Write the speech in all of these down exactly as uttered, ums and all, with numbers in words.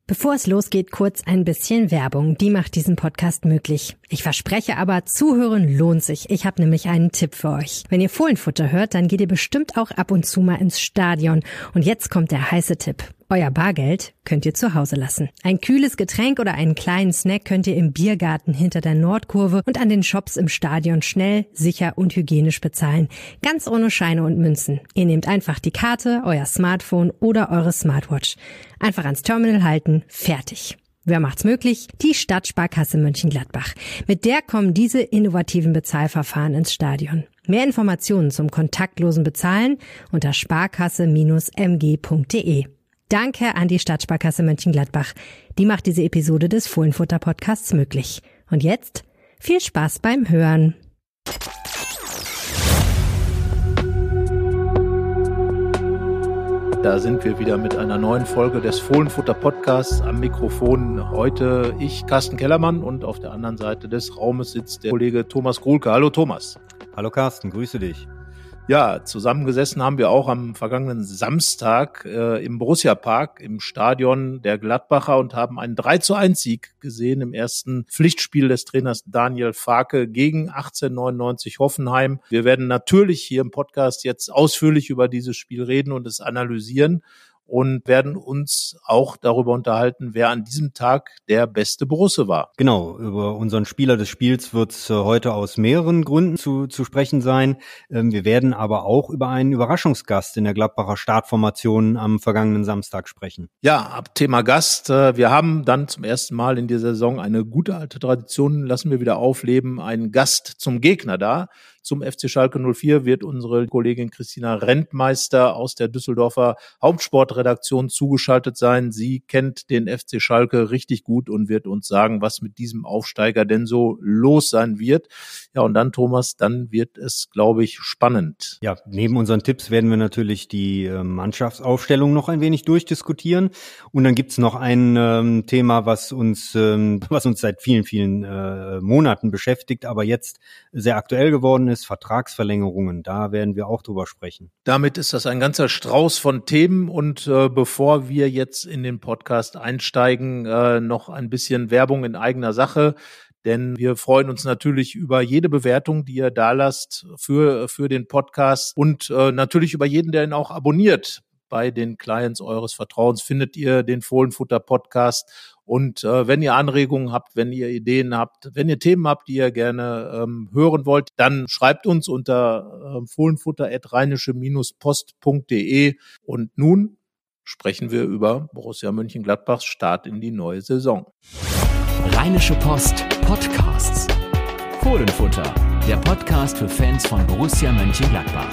Bevor es losgeht, kurz ein bisschen Werbung. Die macht diesen Podcast möglich. Ich verspreche aber, zuhören lohnt sich. Ich habe nämlich einen Tipp für euch. Wenn ihr Fohlenfutter hört, dann geht ihr bestimmt auch ab und zu mal ins Stadion. Und jetzt kommt der heiße Tipp. Euer Bargeld könnt ihr zu Hause lassen. Ein kühles Getränk oder einen kleinen Snack könnt ihr im Biergarten hinter der Nordkurve und an den Shops im Stadion schnell, sicher und hygienisch bezahlen. Ganz ohne Scheine und Münzen. Ihr nehmt einfach die Karte, euer Smartphone oder eure Smartwatch. Einfach ans Terminal halten, fertig. Wer macht's möglich? Die Stadtsparkasse Mönchengladbach. Mit der kommen diese innovativen Bezahlverfahren ins Stadion. Mehr Informationen zum kontaktlosen Bezahlen unter sparkasse Bindestrich m g punkt d e. Danke an die Stadtsparkasse Mönchengladbach. Die macht diese Episode des Fohlenfutter-Podcasts möglich. Und jetzt viel Spaß beim Hören. Da sind wir wieder mit einer neuen Folge des Fohlenfutter-Podcasts. Am Mikrofon heute ich, Carsten Kellermann, und auf der anderen Seite des Raumes sitzt der Kollege Thomas Gruhlke. Hallo Thomas. Hallo Carsten, grüße dich. Ja, zusammengesessen haben wir auch am vergangenen Samstag äh, im Borussia-Park im Stadion der Gladbacher und haben einen drei zu eins Sieg gesehen im ersten Pflichtspiel des Trainers Daniel Farke gegen achtzehnhundertneunundneunzig Hoffenheim. Wir werden natürlich hier im Podcast jetzt ausführlich über dieses Spiel reden und es analysieren und werden uns auch darüber unterhalten, wer an diesem Tag der beste Borusse war. Genau, über unseren Spieler des Spiels wird es heute aus mehreren Gründen zu, zu sprechen sein. Wir werden aber auch über einen Überraschungsgast in der Gladbacher Startformation am vergangenen Samstag sprechen. Ja, ab Thema Gast. Wir haben dann zum ersten Mal in dieser Saison eine gute alte Tradition, lassen wir wieder aufleben, einen Gast zum Gegner da. Zum F C Schalke null vier wird unsere Kollegin Christina Rentmeister aus der Düsseldorfer Hauptsportredaktion zugeschaltet sein. Sie kennt den F C Schalke richtig gut und wird uns sagen, was mit diesem Aufsteiger denn so los sein wird. Ja, und dann, Thomas, dann wird es, glaube ich, spannend. Ja, neben unseren Tipps werden wir natürlich die äh, Mannschaftsaufstellung noch ein wenig durchdiskutieren. Und dann gibt's noch ein ähm, Thema, was uns, ähm, was uns seit vielen, vielen äh, Monaten beschäftigt, aber jetzt sehr aktuell geworden ist. Vertragsverlängerungen, da werden wir auch drüber sprechen. Damit ist das ein ganzer Strauß von Themen und äh, bevor wir jetzt in den Podcast einsteigen, äh, noch ein bisschen Werbung in eigener Sache, denn wir freuen uns natürlich über jede Bewertung, die ihr da lasst für, für den Podcast und äh, natürlich über jeden, der ihn auch abonniert. Bei den Clients eures Vertrauens findet ihr den Fohlenfutter-Podcast. Und äh, wenn ihr Anregungen habt, wenn ihr Ideen habt, wenn ihr Themen habt, die ihr gerne ähm, hören wollt, dann schreibt uns unter äh, fohlenfutter at rheinische post punkt d e. Und nun sprechen wir über Borussia Mönchengladbachs Start in die neue Saison. Rheinische Post Podcasts. Fohlenfutter, der Podcast für Fans von Borussia Mönchengladbach.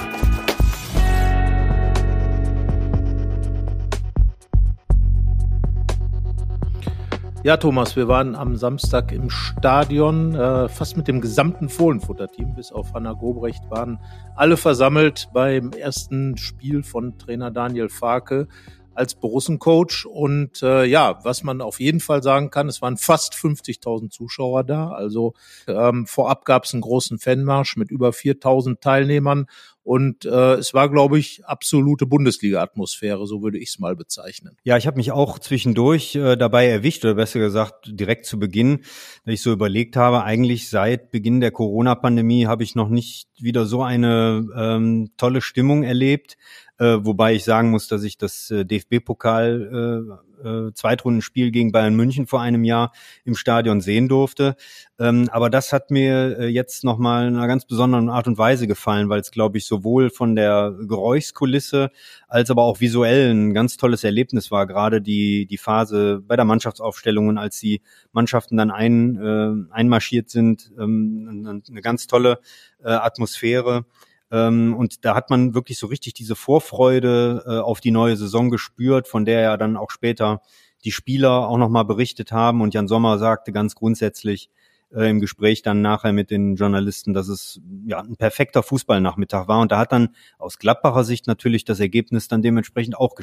Ja, Thomas, wir waren am Samstag im Stadion, äh, fast mit dem gesamten Fohlenfutter-Team, bis auf Hanna Gobrecht, waren alle versammelt beim ersten Spiel von Trainer Daniel Farke als Borussencoach. Und äh, ja, was man auf jeden Fall sagen kann, es waren fast fünfzigtausend Zuschauer da. Also ähm, vorab gab es einen großen Fanmarsch mit über viertausend Teilnehmern. Und äh, es war, glaube ich, absolute Bundesliga-Atmosphäre, so würde ich es mal bezeichnen. Ja, ich habe mich auch zwischendurch äh, dabei erwischt, oder besser gesagt direkt zu Beginn, dass ich so überlegt habe, eigentlich seit Beginn der Corona-Pandemie habe ich noch nicht wieder so eine ähm, tolle Stimmung erlebt, äh, wobei ich sagen muss, dass ich das äh, D F B-Pokal äh, äh, Zweitrundenspiel gegen Bayern München vor einem Jahr im Stadion sehen durfte. Ähm, aber das hat mir äh, jetzt nochmal in einer ganz besonderen Art und Weise gefallen, weil es, glaube ich, sowohl von der Geräuschkulisse als aber auch visuell ein ganz tolles Erlebnis war. Gerade die die Phase bei der Mannschaftsaufstellung, als die Mannschaften dann ein, äh, einmarschiert sind, ähm, eine ganz tolle äh, Atmosphäre. Ähm, und da hat man wirklich so richtig diese Vorfreude äh, auf die neue Saison gespürt, von der ja dann auch später die Spieler auch nochmal berichtet haben. Und Jan Sommer sagte ganz grundsätzlich äh, im Gespräch dann nachher mit den Journalisten, dass es ja ein perfekter Fußballnachmittag war. Und da hat dann aus Gladbacher Sicht natürlich das Ergebnis dann dementsprechend auch gestimmt.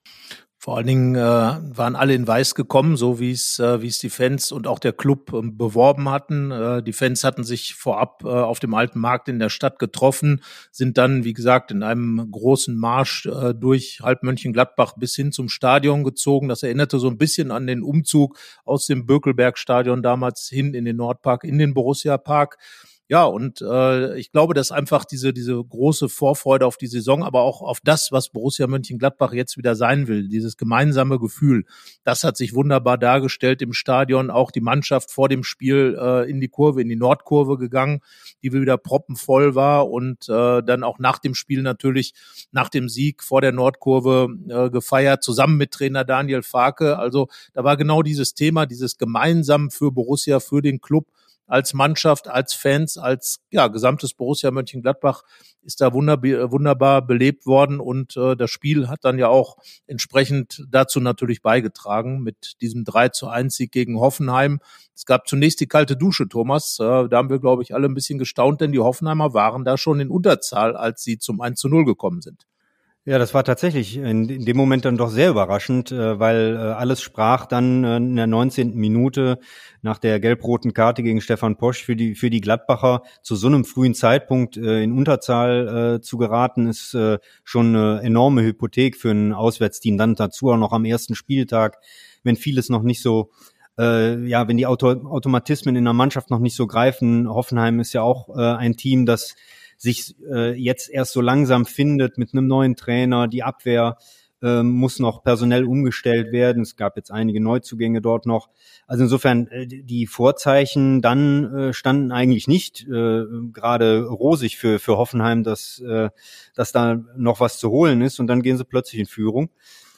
Vor allen Dingen äh, waren alle in Weiß gekommen, so wie es äh, wie es die Fans und auch der Club äh, beworben hatten. Äh, die Fans hatten sich vorab äh, auf dem alten Markt in der Stadt getroffen, sind dann, wie gesagt, in einem großen Marsch äh, durch halb Mönchengladbach bis hin zum Stadion gezogen. Das erinnerte so ein bisschen an den Umzug aus dem Bökelberg-Stadion damals hin in den Nordpark, in den Borussia-Park. Ja, und äh, ich glaube, dass einfach diese diese große Vorfreude auf die Saison, aber auch auf das, was Borussia Mönchengladbach jetzt wieder sein will, dieses gemeinsame Gefühl, das hat sich wunderbar dargestellt im Stadion. Auch die Mannschaft vor dem Spiel äh, in die Kurve, in die Nordkurve gegangen, die wieder proppenvoll war und äh, dann auch nach dem Spiel natürlich, nach dem Sieg vor der Nordkurve äh, gefeiert, zusammen mit Trainer Daniel Farke. Also da war genau dieses Thema, dieses gemeinsam für Borussia, für den Club, als Mannschaft, als Fans, als ja gesamtes Borussia Mönchengladbach ist da wunderbar, wunderbar belebt worden und äh, das Spiel hat dann ja auch entsprechend dazu natürlich beigetragen mit diesem drei zu eins Sieg gegen Hoffenheim. Es gab zunächst die kalte Dusche, Thomas. Äh, da haben wir, glaube ich, alle ein bisschen gestaunt, denn die Hoffenheimer waren da schon in Unterzahl, als sie zum eins zu null gekommen sind. Ja, das war tatsächlich in, in dem Moment dann doch sehr überraschend, äh, weil äh, alles sprach dann äh, in der neunzehnten Minute nach der gelb-roten Karte gegen Stefan Posch für die für die Gladbacher zu so einem frühen Zeitpunkt äh, in Unterzahl äh, zu geraten, ist äh, schon eine enorme Hypothek für ein Auswärtsteam. Dann dazu auch noch am ersten Spieltag, wenn vieles noch nicht so äh, ja, wenn die Auto- Automatismen in der Mannschaft noch nicht so greifen. Hoffenheim ist ja auch äh, ein Team, das sich äh, jetzt erst so langsam findet mit einem neuen Trainer. Die Abwehr äh, muss noch personell umgestellt werden. Es gab jetzt einige Neuzugänge dort noch. Also insofern, äh, die Vorzeichen dann äh, standen eigentlich nicht äh, gerade rosig für für Hoffenheim, dass äh, dass da noch was zu holen ist. Und dann gehen sie plötzlich in Führung.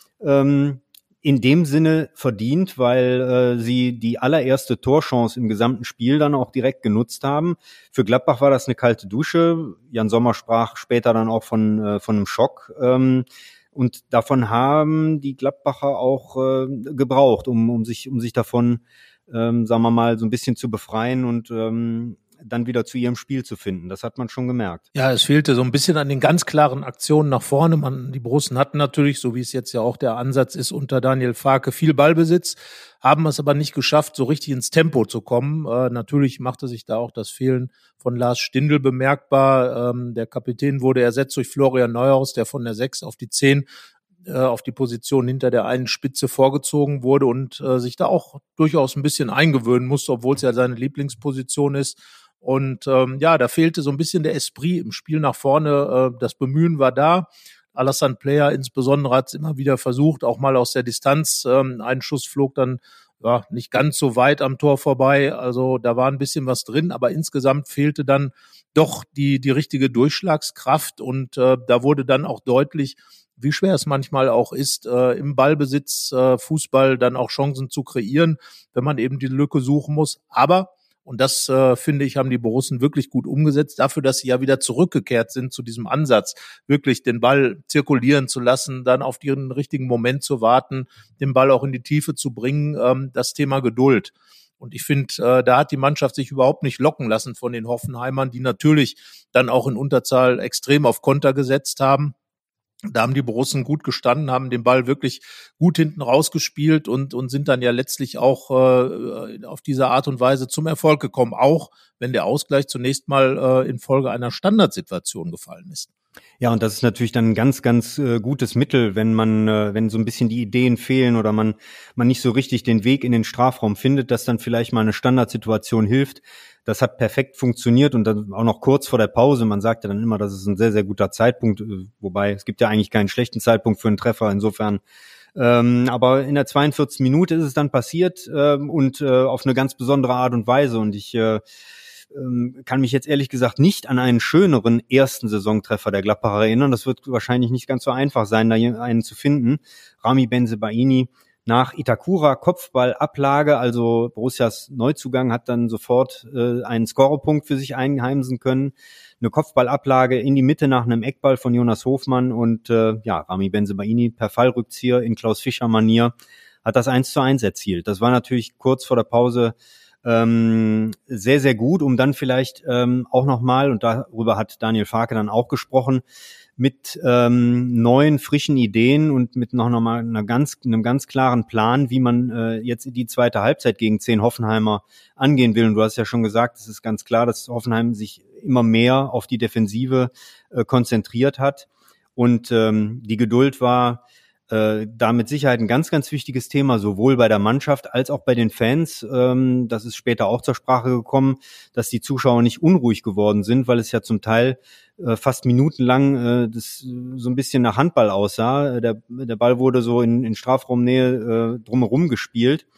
Ähm, in dem Sinne verdient, weil äh, sie die allererste Torchance im gesamten Spiel dann auch direkt genutzt haben. Für Gladbach war das eine kalte Dusche. Jan Sommer sprach später dann auch von äh, von einem Schock. Ähm, und davon haben die Gladbacher auch äh, gebraucht, um um sich um sich davon, ähm, sagen wir mal, so ein bisschen zu befreien und ähm, dann wieder zu ihrem Spiel zu finden. Das hat man schon gemerkt. Ja, es fehlte so ein bisschen an den ganz klaren Aktionen nach vorne. Man, die Borussen hatten natürlich, so wie es jetzt ja auch der Ansatz ist, unter Daniel Farke viel Ballbesitz, haben es aber nicht geschafft, so richtig ins Tempo zu kommen. Äh, natürlich machte sich da auch das Fehlen von Lars Stindl bemerkbar. Ähm, der Kapitän wurde ersetzt durch Florian Neuhaus, der von der sechs auf die zehn auf die Position hinter der einen Spitze vorgezogen wurde und äh, sich da auch durchaus ein bisschen eingewöhnen musste, obwohl es ja seine Lieblingsposition ist. Und ähm, ja, da fehlte so ein bisschen der Esprit im Spiel nach vorne. Äh, das Bemühen war da. Alassane Player insbesondere hat es immer wieder versucht, auch mal aus der Distanz. Ähm, ein Schuss flog dann ja nicht ganz so weit am Tor vorbei. Also da war ein bisschen was drin, aber insgesamt fehlte dann doch die die richtige Durchschlagskraft und äh, da wurde dann auch deutlich, wie schwer es manchmal auch ist, äh, im Ballbesitz äh, Fußball dann auch Chancen zu kreieren, wenn man eben die Lücke suchen muss. Aber, und das äh, finde ich, haben die Borussen wirklich gut umgesetzt, dafür, dass sie ja wieder zurückgekehrt sind zu diesem Ansatz, wirklich den Ball zirkulieren zu lassen, dann auf den richtigen Moment zu warten, den Ball auch in die Tiefe zu bringen, ähm, das Thema Geduld. Und ich finde, äh, da hat die Mannschaft sich überhaupt nicht locken lassen von den Hoffenheimern, die natürlich dann auch in Unterzahl extrem auf Konter gesetzt haben. Da haben die Borussen gut gestanden, haben den Ball wirklich gut hinten rausgespielt und und sind dann ja letztlich auch äh, auf diese Art und Weise zum Erfolg gekommen, auch wenn der Ausgleich zunächst mal äh, infolge einer Standardsituation gefallen ist. Ja, und das ist natürlich dann ein ganz, ganz äh, gutes Mittel, wenn man, äh, wenn so ein bisschen die Ideen fehlen oder man man nicht so richtig den Weg in den Strafraum findet, dass dann vielleicht mal eine Standardsituation hilft. Das hat perfekt funktioniert und dann auch noch kurz vor der Pause. Man sagt ja dann immer, das ist ein sehr, sehr guter Zeitpunkt, wobei es gibt ja eigentlich keinen schlechten Zeitpunkt für einen Treffer. Insofern, ähm, aber in der zweiundvierzigsten Minute ist es dann passiert ähm, und äh, auf eine ganz besondere Art und Weise. Und ich äh, ähm, kann mich jetzt ehrlich gesagt nicht an einen schöneren ersten Saisontreffer der Gladbacher erinnern. Das wird wahrscheinlich nicht ganz so einfach sein, da einen zu finden. Rami Bensebaini nach Itakura Kopfballablage, also Borussias Neuzugang hat dann sofort äh, einen Scorerpunkt für sich einheimsen können. Eine Kopfballablage in die Mitte nach einem Eckball von Jonas Hofmann und äh, ja, Rami Bensebaini per Fallrückzieher in Klaus Fischer Manier hat das eins zu eins erzielt. Das war natürlich kurz vor der Pause ähm, sehr, sehr gut, um dann vielleicht ähm, auch nochmal, und darüber hat Daniel Farke dann auch gesprochen, mit ähm, neuen, frischen Ideen und mit noch nochmal einer ganz, einem ganz klaren Plan, wie man äh, jetzt die zweite Halbzeit gegen zehn Hoffenheimer angehen will. Und du hast ja schon gesagt, es ist ganz klar, dass Hoffenheim sich immer mehr auf die Defensive äh, konzentriert hat. Und ähm, die Geduld war äh, da mit Sicherheit ein ganz, ganz wichtiges Thema, sowohl bei der Mannschaft als auch bei den Fans. Ähm, das ist später auch zur Sprache gekommen, dass die Zuschauer nicht unruhig geworden sind, weil es ja zum Teil äh, fast minutenlang äh, das so ein bisschen nach Handball aussah. Der, der Ball wurde so in, in Strafraumnähe äh, drumherum gespielt.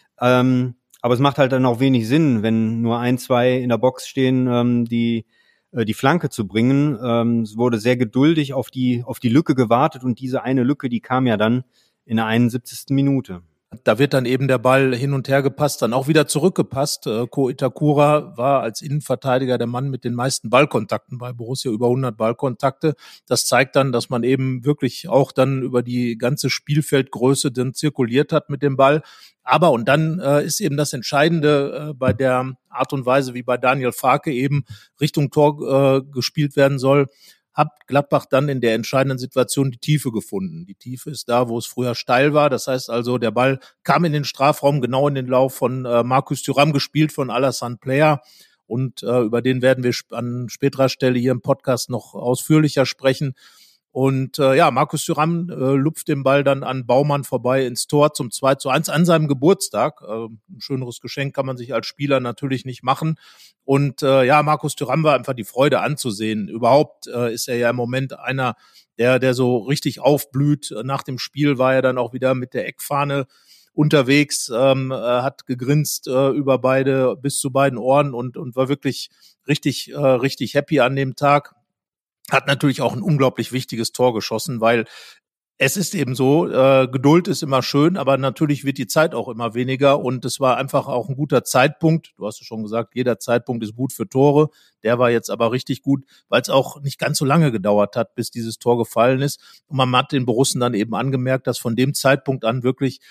Ähm, aber es macht halt dann auch wenig Sinn, wenn nur ein, zwei in der Box stehen, ähm, die die Flanke zu bringen. Ähm, es wurde sehr geduldig auf die auf die Lücke gewartet und diese eine Lücke, die kam ja dann in der einundsiebzigsten Minute. Da wird dann eben der Ball hin und her gepasst, dann auch wieder zurückgepasst. Ko Itakura war als Innenverteidiger der Mann mit den meisten Ballkontakten bei Borussia, über hundert Ballkontakte. Das zeigt dann, dass man eben wirklich auch dann über die ganze Spielfeldgröße dann zirkuliert hat mit dem Ball. Aber, und dann äh, ist eben das Entscheidende äh, bei der Art und Weise, wie bei Daniel Farke eben Richtung Tor äh, gespielt werden soll, hat Gladbach dann in der entscheidenden Situation die Tiefe gefunden. Die Tiefe ist da, wo es früher steil war. Das heißt also, der Ball kam in den Strafraum, genau in den Lauf von äh, Markus Thuram, gespielt von Alassane Player. Und äh, über den werden wir sp- an späterer Stelle hier im Podcast noch ausführlicher sprechen. Und äh, ja, Markus Thuram äh, lupft den Ball dann an Baumann vorbei ins Tor zum zwei zu eins an seinem Geburtstag. Äh, ein schöneres Geschenk kann man sich als Spieler natürlich nicht machen. Und äh, ja, Markus Thuram war einfach die Freude anzusehen. Überhaupt äh, ist er ja im Moment einer, der der so richtig aufblüht. Nach dem Spiel war er dann auch wieder mit der Eckfahne unterwegs, ähm, hat gegrinst äh, über beide, bis zu beiden Ohren und und war wirklich richtig, äh, richtig happy an dem Tag. Hat natürlich auch ein unglaublich wichtiges Tor geschossen, weil es ist eben so, äh, Geduld ist immer schön, aber natürlich wird die Zeit auch immer weniger und es war einfach auch ein guter Zeitpunkt. Du hast ja schon gesagt, jeder Zeitpunkt ist gut für Tore. Der war jetzt aber richtig gut, weil es auch nicht ganz so lange gedauert hat, bis dieses Tor gefallen ist. Und man hat den Borussen dann eben angemerkt, dass von dem Zeitpunkt an wirklich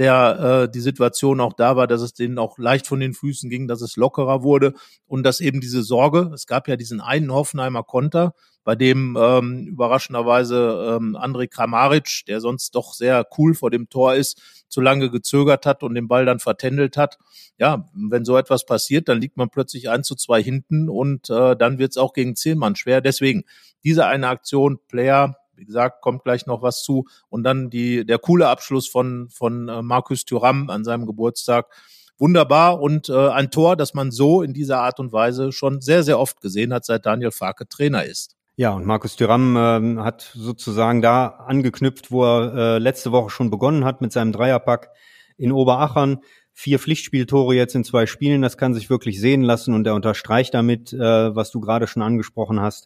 der äh, die Situation auch da war, dass es denen auch leicht von den Füßen ging, dass es lockerer wurde und dass eben diese Sorge, es gab ja diesen einen Hoffenheimer Konter, bei dem ähm, überraschenderweise ähm, Andrej Kramaric, der sonst doch sehr cool vor dem Tor ist, zu lange gezögert hat und den Ball dann vertändelt hat. Ja, wenn so etwas passiert, dann liegt man plötzlich eins zu zwei hinten und äh, dann wird es auch gegen zehn Mann schwer. Deswegen, diese eine Aktion, Player, wie gesagt, kommt gleich noch was zu. Und dann die der coole Abschluss von von äh, Markus Thuram an seinem Geburtstag. Wunderbar und äh, ein Tor, das man so in dieser Art und Weise schon sehr, sehr oft gesehen hat, seit Daniel Farke Trainer ist. Ja, und Markus Thuram äh, hat sozusagen da angeknüpft, wo er äh, letzte Woche schon begonnen hat mit seinem Dreierpack in Oberachern. Vier Pflichtspieltore jetzt in zwei Spielen, das kann sich wirklich sehen lassen und er unterstreicht damit, äh, was du gerade schon angesprochen hast,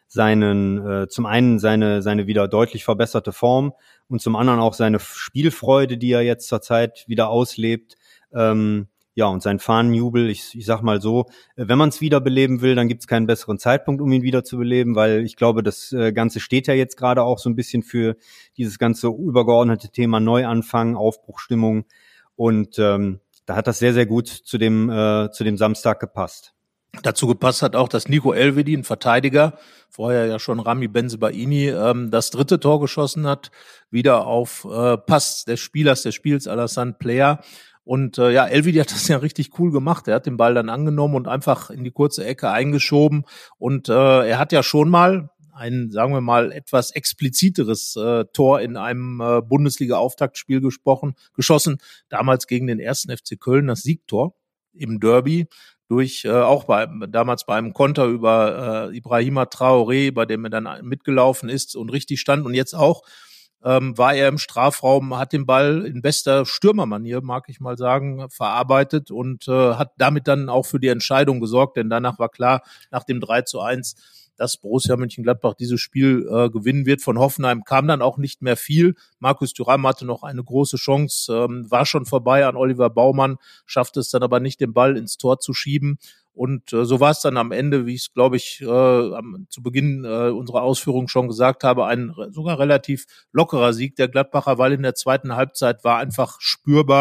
seinen äh, zum einen seine seine wieder deutlich verbesserte Form und zum anderen auch seine Spielfreude, die er jetzt zurzeit wieder auslebt. Ähm, ja, und sein Fahnenjubel, ich, ich sag mal so, wenn man es wiederbeleben will, dann gibt es keinen besseren Zeitpunkt, um ihn wieder zu beleben, weil ich glaube, das äh, Ganze steht ja jetzt gerade auch so ein bisschen für dieses ganze übergeordnete Thema Neuanfang, Aufbruchstimmung und ähm, da hat das sehr, sehr gut zu dem äh, zu dem Samstag gepasst. Dazu gepasst hat auch, dass Nico Elvedi, ein Verteidiger, vorher ja schon Rami Bensebaini, ähm, das dritte Tor geschossen hat, wieder auf äh, Pass des Spielers des Spiels, Alassane Player. Und äh, ja, Elvedi hat das ja richtig cool gemacht. Er hat den Ball dann angenommen und einfach in die kurze Ecke eingeschoben. Und äh, er hat ja schon mal ein, sagen wir mal, etwas expliziteres äh, Tor in einem äh, Bundesliga-Auftaktspiel gesprochen, geschossen, damals gegen den ersten F C Köln, das Siegtor im Derby. durch äh, auch bei damals bei einem Konter über äh, Ibrahima Traoré, bei dem er dann mitgelaufen ist und richtig stand und jetzt auch ähm, war er im Strafraum, hat den Ball in bester Stürmermanier, mag ich mal sagen, verarbeitet und äh, hat damit dann auch für die Entscheidung gesorgt, denn danach war klar, nach dem drei zu eins, dass Borussia Mönchengladbach dieses Spiel äh, gewinnen wird. Von Hoffenheim kam dann auch nicht mehr viel. Markus Thuram hatte noch eine große Chance, ähm, war schon vorbei an Oliver Baumann, schaffte es dann aber nicht, den Ball ins Tor zu schieben. Und äh, so war es dann am Ende, wie ich es, glaube ich, äh, am, zu Beginn äh, unserer Ausführungen schon gesagt habe, ein sogar relativ lockerer Sieg der Gladbacher, weil in der zweiten Halbzeit war einfach spürbar,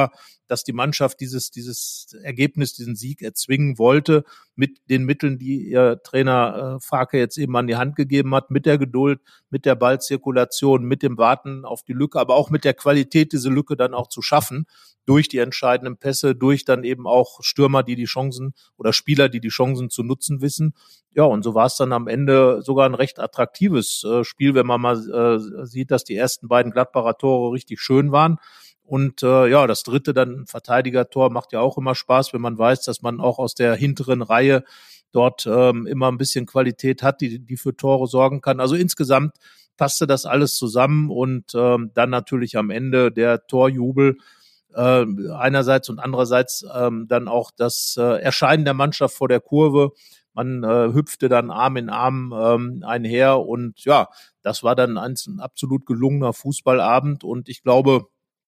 dass die Mannschaft dieses, dieses Ergebnis, diesen Sieg erzwingen wollte mit den Mitteln, die ihr Trainer äh, Farke jetzt eben an die Hand gegeben hat, mit der Geduld, mit der Ballzirkulation, mit dem Warten auf die Lücke, aber auch mit der Qualität, diese Lücke dann auch zu schaffen, durch die entscheidenden Pässe, durch dann eben auch Stürmer, die die Chancen oder Spieler, die die Chancen zu nutzen wissen. Ja, und so war es dann am Ende sogar ein recht attraktives äh, Spiel, wenn man mal äh, sieht, dass die ersten beiden Gladbacher Tore richtig schön waren. Und äh, ja, das dritte dann ein Verteidigertor macht ja auch immer Spaß, wenn man weiß, dass man auch aus der hinteren Reihe dort ähm, immer ein bisschen Qualität hat, die, die für Tore sorgen kann. Also insgesamt passte das alles zusammen und ähm, dann natürlich am Ende der Torjubel äh, einerseits und andererseits ähm, dann auch das äh, Erscheinen der Mannschaft vor der Kurve. Man äh, hüpfte dann Arm in Arm ähm, einher und ja, das war dann ein, ein absolut gelungener Fußballabend und ich glaube,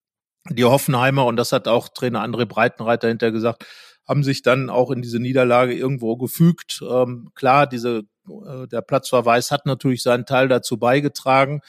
die Hoffenheimer, und das hat auch Trainer André Breitenreiter hinterher gesagt, haben sich dann auch in diese Niederlage irgendwo gefügt. Ähm, klar, diese, äh, der Platzverweis hat natürlich seinen Teil dazu beigetragen.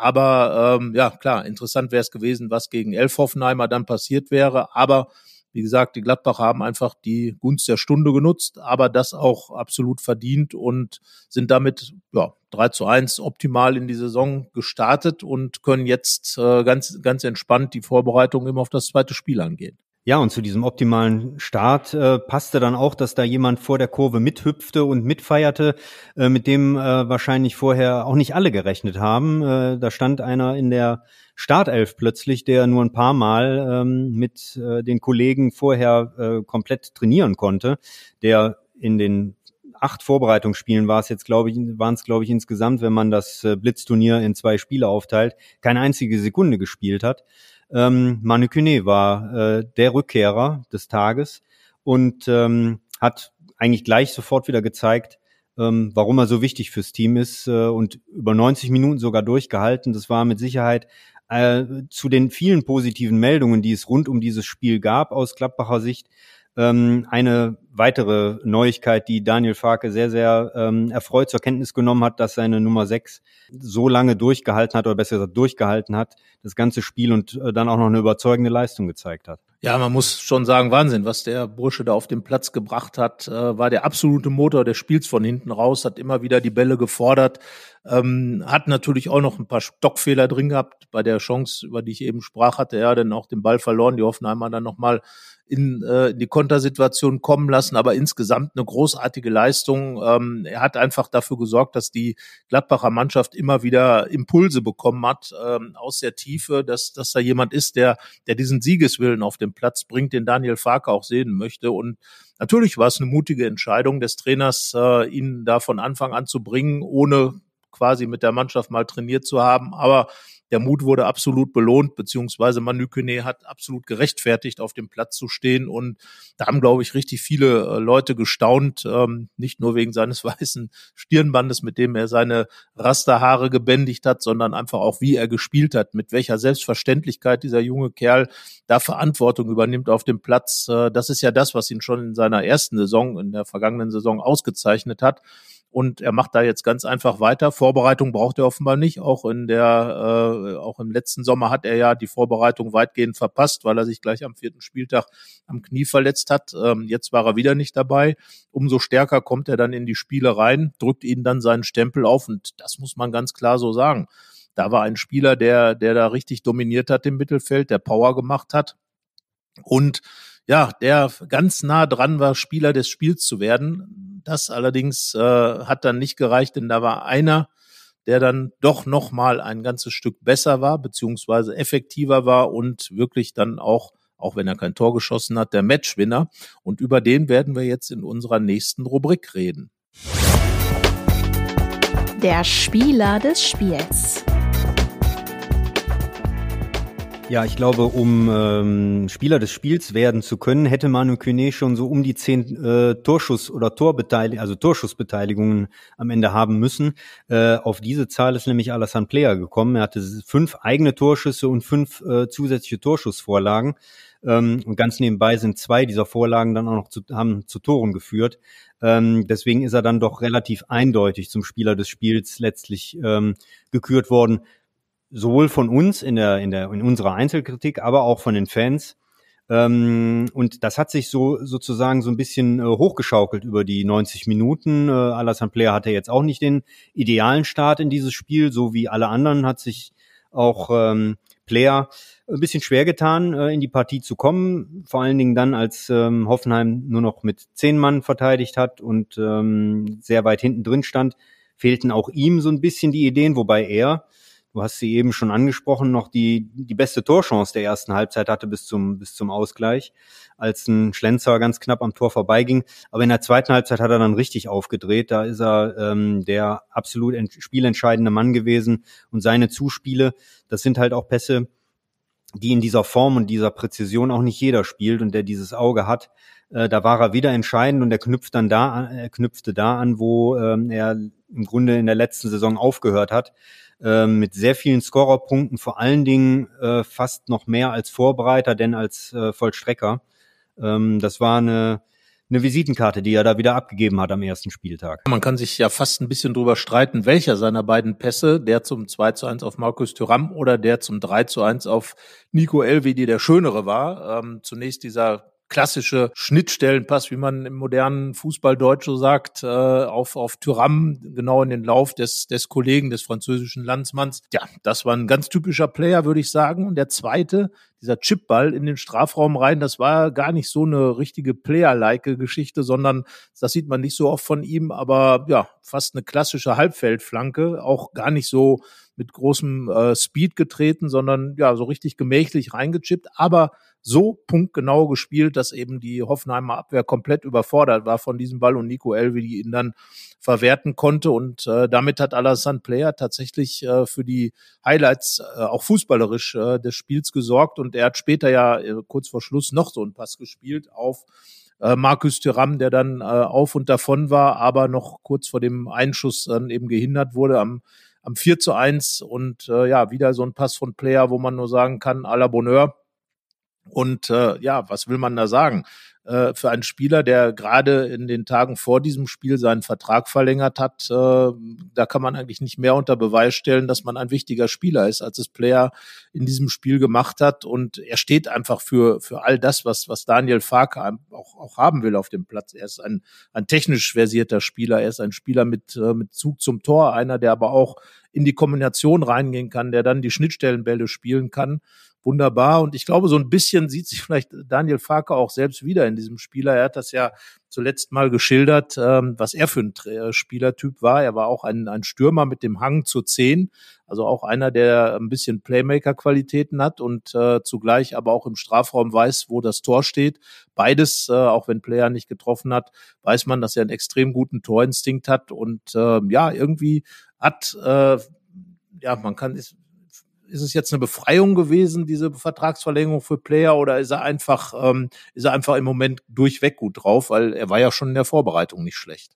Aber ähm, ja, klar, interessant wäre es gewesen, was gegen elf Hoffenheimer dann passiert wäre. Aber wie gesagt, die Gladbacher haben einfach die Gunst der Stunde genutzt, aber das auch absolut verdient und sind damit ja drei zu eins optimal in die Saison gestartet und können jetzt äh, ganz ganz entspannt die Vorbereitung eben auf das zweite Spiel angehen. Ja, und zu diesem optimalen Start äh, passte dann auch, dass da jemand vor der Kurve mithüpfte und mitfeierte, äh, mit dem äh, wahrscheinlich vorher auch nicht alle gerechnet haben. Äh, da stand einer in der Startelf plötzlich, der nur ein paar Mal ähm, mit äh, den Kollegen vorher äh, komplett trainieren konnte, der in den acht Vorbereitungsspielen war es jetzt, glaube ich, waren es, glaube ich, insgesamt, wenn man das äh, Blitzturnier in zwei Spiele aufteilt, keine einzige Sekunde gespielt hat. Ähm, Manu Kone war äh, der Rückkehrer des Tages und ähm, hat eigentlich gleich sofort wieder gezeigt, ähm, warum er so wichtig fürs Team ist äh, und über neunzig Minuten sogar durchgehalten. Das war mit Sicherheit äh, zu den vielen positiven Meldungen, die es rund um dieses Spiel gab aus Gladbacher Sicht, ähm, eine weitere Neuigkeit, die Daniel Farke sehr, sehr ähm, erfreut zur Kenntnis genommen hat, dass seine Nummer sechs so lange durchgehalten hat oder besser gesagt durchgehalten hat, das ganze Spiel und äh, dann auch noch eine überzeugende Leistung gezeigt hat. Ja, man muss schon sagen, Wahnsinn, was der Bursche da auf den Platz gebracht hat, äh, war der absolute Motor des Spiels von hinten raus, hat immer wieder die Bälle gefordert, ähm, hat natürlich auch noch ein paar Stockfehler drin gehabt. Bei der Chance, über die ich eben sprach, hatte er dann auch den Ball verloren, die Hoffenheimer dann nochmal in, äh, in die Kontersituation kommen lassen, aber insgesamt eine großartige Leistung. Ähm, er hat einfach dafür gesorgt, dass die Gladbacher Mannschaft immer wieder Impulse bekommen hat ähm, aus der Tiefe, dass, dass da jemand ist, der, der diesen Siegeswillen auf den Platz bringt, den Daniel Farke auch sehen möchte. Und natürlich war es eine mutige Entscheidung des Trainers, äh, ihn da von Anfang an zu bringen, ohne quasi mit der Mannschaft mal trainiert zu haben, aber der Mut wurde absolut belohnt, beziehungsweise Manu Kone hat absolut gerechtfertigt, auf dem Platz zu stehen. Und da haben, glaube ich, richtig viele äh, Leute gestaunt, ähm, nicht nur wegen seines weißen Stirnbandes, mit dem er seine Rasterhaare gebändigt hat, sondern einfach auch, wie er gespielt hat, mit welcher Selbstverständlichkeit dieser junge Kerl da Verantwortung übernimmt auf dem Platz. Äh, das ist ja das, was ihn schon in seiner ersten Saison, in der vergangenen Saison ausgezeichnet hat. Und er macht da jetzt ganz einfach weiter. Vorbereitung braucht er offenbar nicht. Auch in der, äh, auch im letzten Sommer hat er ja die Vorbereitung weitgehend verpasst, weil er sich gleich am vierten Spieltag am Knie verletzt hat. Ähm, jetzt war er wieder nicht dabei. Umso stärker kommt er dann in die Spiele rein, drückt ihnen dann seinen Stempel auf. Und das muss man ganz klar so sagen. Da war ein Spieler, der, der da richtig dominiert hat im Mittelfeld, der Power gemacht hat. Und ja, der ganz nah dran war, Spieler des Spiels zu werden. Das allerdings äh, hat dann nicht gereicht, denn da war einer, der dann doch noch mal ein ganzes Stück besser war, beziehungsweise effektiver war und wirklich dann auch, auch wenn er kein Tor geschossen hat, der Matchwinner. Und über den werden wir jetzt in unserer nächsten Rubrik reden. Der Spieler des Spiels. Ja, ich glaube, um ähm, Spieler des Spiels werden zu können, hätte Manu Kone schon so um die zehn äh, Torschuss- oder Torbeteiligungen, also Torschussbeteiligungen am Ende haben müssen. Äh, auf diese Zahl ist nämlich Alassane Player gekommen. Er hatte fünf eigene Torschüsse und fünf äh, zusätzliche Torschussvorlagen. Ähm, und ganz nebenbei sind zwei dieser Vorlagen dann auch noch zu, haben zu Toren geführt. Ähm, deswegen ist er dann doch relativ eindeutig zum Spieler des Spiels letztlich ähm, gekürt worden. Sowohl von uns in der in der in unserer Einzelkritik, aber auch von den Fans. Ähm, und das hat sich so sozusagen so ein bisschen äh, hochgeschaukelt über die neunzig Minuten. Äh, Alassane Player hatte jetzt auch nicht den idealen Start in dieses Spiel, so wie alle anderen hat sich auch ähm, Player ein bisschen schwer getan, äh, in die Partie zu kommen. Vor allen Dingen dann, als ähm, Hoffenheim nur noch mit zehn Mann verteidigt hat und ähm, sehr weit hinten drin stand, fehlten auch ihm so ein bisschen die Ideen, wobei er, du hast sie eben schon angesprochen, noch die die beste Torchance der ersten Halbzeit hatte bis zum bis zum Ausgleich, als ein Schlenzer ganz knapp am Tor vorbeiging. Aber in der zweiten Halbzeit hat er dann richtig aufgedreht. Da ist er ähm, der absolut ent- spielentscheidende Mann gewesen. Und seine Zuspiele, das sind halt auch Pässe, die in dieser Form und dieser Präzision auch nicht jeder spielt und der dieses Auge hat. Äh, da war er wieder entscheidend und er knüpft dann da an, er knüpfte da an, wo ähm, er im Grunde in der letzten Saison aufgehört hat. Mit sehr vielen Scorerpunkten, vor allen Dingen äh, fast noch mehr als Vorbereiter, denn als äh, Vollstrecker. Ähm, das war eine, eine Visitenkarte, die er da wieder abgegeben hat am ersten Spieltag. Man kann sich ja fast ein bisschen drüber streiten, welcher seiner beiden Pässe, der zum zwei zu eins auf Markus Thuram oder der zum drei zu eins auf Nico Elvedi der schönere war. Ähm, zunächst dieser klassische Schnittstellenpass, wie man im modernen Fußballdeutsch so sagt, äh, auf auf Thuram, genau in den Lauf des des Kollegen, des französischen Landsmanns. Ja, das war ein ganz typischer Player, würde ich sagen. Und der zweite, dieser Chipball in den Strafraum rein, das war gar nicht so eine richtige Player-like Geschichte, sondern das sieht man nicht so oft von ihm, aber ja, fast eine klassische Halbfeldflanke, auch gar nicht so mit großem äh, Speed getreten, sondern ja, so richtig gemächlich reingechippt, aber so punktgenau gespielt, dass eben die Hoffenheimer Abwehr komplett überfordert war von diesem Ball und Nico Elvedi ihn dann verwerten konnte. Und äh, damit hat Alassane Player tatsächlich äh, für die Highlights äh, auch fußballerisch äh, des Spiels gesorgt. Und er hat später ja äh, kurz vor Schluss noch so einen Pass gespielt auf äh, Markus Thuram, der dann äh, auf und davon war, aber noch kurz vor dem Einschuss dann eben gehindert wurde am am vier zu eins. Und äh, ja, wieder so ein Pass von Player, wo man nur sagen kann, à la Bonheur. Und äh, ja, was will man da sagen? Äh, für einen Spieler, der gerade in den Tagen vor diesem Spiel seinen Vertrag verlängert hat, äh, da kann man eigentlich nicht mehr unter Beweis stellen, dass man ein wichtiger Spieler ist, als es Player in diesem Spiel gemacht hat. Und er steht einfach für für all das, was was Daniel Farke auch auch haben will auf dem Platz. Er ist ein ein technisch versierter Spieler. Er ist ein Spieler mit äh, mit Zug zum Tor, einer, der aber auch in die Kombination reingehen kann, der dann die Schnittstellenbälle spielen kann. Wunderbar. Und ich glaube, so ein bisschen sieht sich vielleicht Daniel Farke auch selbst wieder in diesem Spieler. Er hat das ja zuletzt mal geschildert, ähm, was er für ein Tra- Spielertyp war. Er war auch ein, ein Stürmer mit dem Hang zur Zehn, also auch einer, der ein bisschen Playmaker-Qualitäten hat und äh, zugleich aber auch im Strafraum weiß, wo das Tor steht. Beides, äh, auch wenn Player nicht getroffen hat, weiß man, dass er einen extrem guten Torinstinkt hat und äh, ja, irgendwie hat, äh, ja, man kann, ist, ist es jetzt eine Befreiung gewesen, diese Vertragsverlängerung für Player, oder ist er einfach, ähm, ist er einfach im Moment durchweg gut drauf, weil er war ja schon in der Vorbereitung nicht schlecht.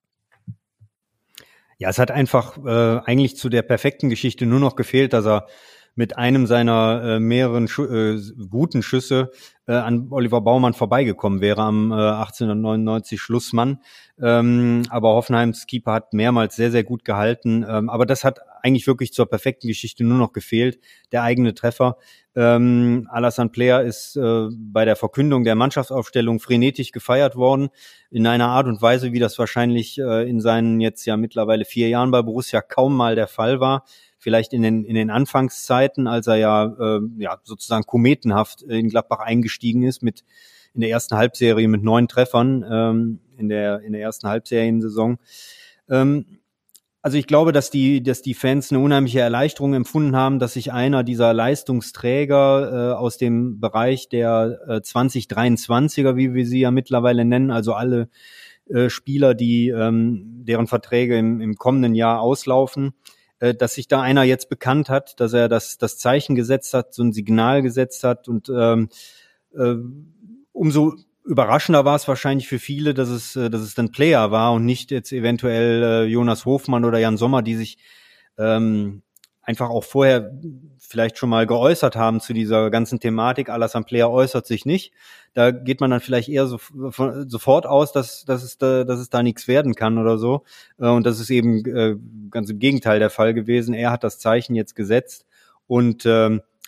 Ja, es hat einfach äh, eigentlich zu der perfekten Geschichte nur noch gefehlt, dass er mit einem seiner äh, mehreren Schu- äh, guten Schüsse äh, an Oliver Baumann vorbeigekommen wäre am äh, achtzehnhundertneunundneunzig Schlussmann. Ähm, aber Hoffenheims Keeper hat mehrmals sehr, sehr gut gehalten. Ähm, aber das hat eigentlich wirklich zur perfekten Geschichte nur noch gefehlt, der eigene Treffer. Ähm, Alassane Player ist äh, bei der Verkündung der Mannschaftsaufstellung frenetisch gefeiert worden, in einer Art und Weise, wie das wahrscheinlich äh, in seinen jetzt ja mittlerweile vier Jahren bei Borussia kaum mal der Fall war. Vielleicht in den in den Anfangszeiten, als er ja äh, ja sozusagen kometenhaft in Gladbach eingestiegen ist mit in der ersten Halbserie mit neun Treffern ähm, in der in der ersten Halbseriensaison. Ähm, also ich glaube, dass die dass die Fans eine unheimliche Erleichterung empfunden haben, dass sich einer dieser Leistungsträger äh, aus dem Bereich der äh, zwanzig dreiundzwanziger, wie wir sie ja mittlerweile nennen, also alle äh, Spieler, die ähm, deren Verträge im, im kommenden Jahr auslaufen, dass sich da einer jetzt bekannt hat, dass er das das Zeichen gesetzt hat, so ein Signal gesetzt hat und ähm, äh, umso überraschender war es wahrscheinlich für viele, dass es äh, dass es dann Player war und nicht jetzt eventuell äh, Jonas Hofmann oder Jan Sommer, die sich ähm, einfach auch vorher vielleicht schon mal geäußert haben zu dieser ganzen Thematik. Alassane Player äußert sich nicht. Da geht man dann vielleicht eher so, von, sofort aus, dass, dass, es da, dass es da nichts werden kann oder so. Und das ist eben äh, ganz im Gegenteil der Fall gewesen. Er hat das Zeichen jetzt gesetzt und ähm,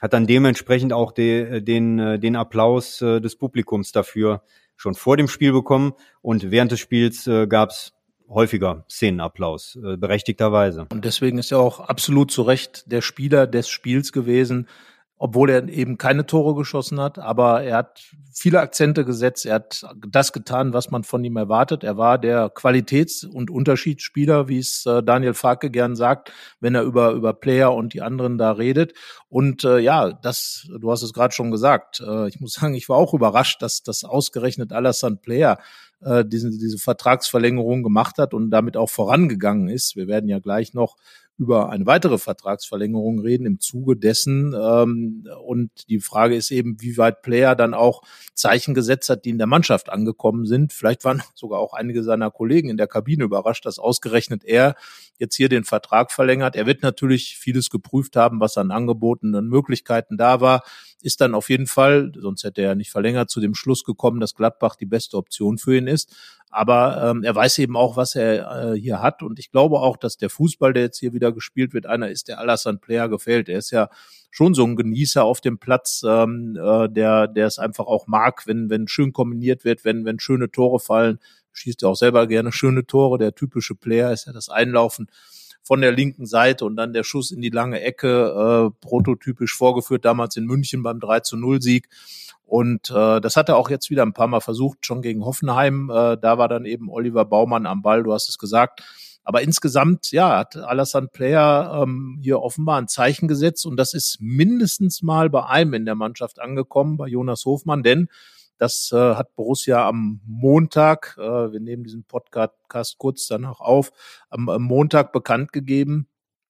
hat dann dementsprechend auch de, den, den Applaus äh, des Publikums dafür schon vor dem Spiel bekommen. Und während des Spiels äh, gab es häufiger Szenenapplaus, äh, berechtigterweise. Und deswegen ist er auch absolut zu Recht der Spieler des Spiels gewesen, obwohl er eben keine Tore geschossen hat, aber er hat viele Akzente gesetzt, er hat das getan, was man von ihm erwartet. Er war der Qualitäts- und Unterschiedsspieler, wie es äh, Daniel Farke gern sagt, wenn er über über Player und die anderen da redet. Und äh, ja, das, du hast es gerade schon gesagt, äh, ich muss sagen, ich war auch überrascht, dass das ausgerechnet Alassane Player äh, diese, diese Vertragsverlängerung gemacht hat und damit auch vorangegangen ist. Wir werden ja gleich noch über eine weitere Vertragsverlängerung reden im Zuge dessen. Ähm, und die Frage ist eben, wie weit Player dann auch Zeichen gesetzt hat, die in der Mannschaft angekommen sind. Vielleicht waren sogar auch einige seiner Kollegen in der Kabine überrascht, dass ausgerechnet er jetzt hier den Vertrag verlängert. Er wird natürlich vieles geprüft haben, was an angebotenen Möglichkeiten da war. Ist dann auf jeden Fall, sonst hätte er nicht verlängert, zu dem Schluss gekommen, dass Gladbach die beste Option für ihn ist. Aber ähm, er weiß eben auch, was er äh, hier hat. Und ich glaube auch, dass der Fußball, der jetzt hier wieder gespielt wird, einer ist, der Alassane Player gefällt. Er ist ja schon so ein Genießer auf dem Platz, ähm, äh, der der es einfach auch mag, wenn wenn schön kombiniert wird, wenn wenn schöne Tore fallen. Schießt ja auch selber gerne schöne Tore. Der typische Player ist ja das Einlaufen von der linken Seite und dann der Schuss in die lange Ecke, äh, prototypisch vorgeführt, damals in München beim drei zu null Sieg. Und äh, das hat er auch jetzt wieder ein paar Mal versucht, schon gegen Hoffenheim. Äh, da war dann eben Oliver Baumann am Ball, du hast es gesagt. Aber insgesamt, ja, hat Alassane Player ähm, hier offenbar ein Zeichen gesetzt. Und das ist mindestens mal bei einem in der Mannschaft angekommen, bei Jonas Hofmann. Denn das äh, hat Borussia am Montag, äh, wir nehmen diesen Podcast kurz danach auf, am, am Montag bekannt gegeben,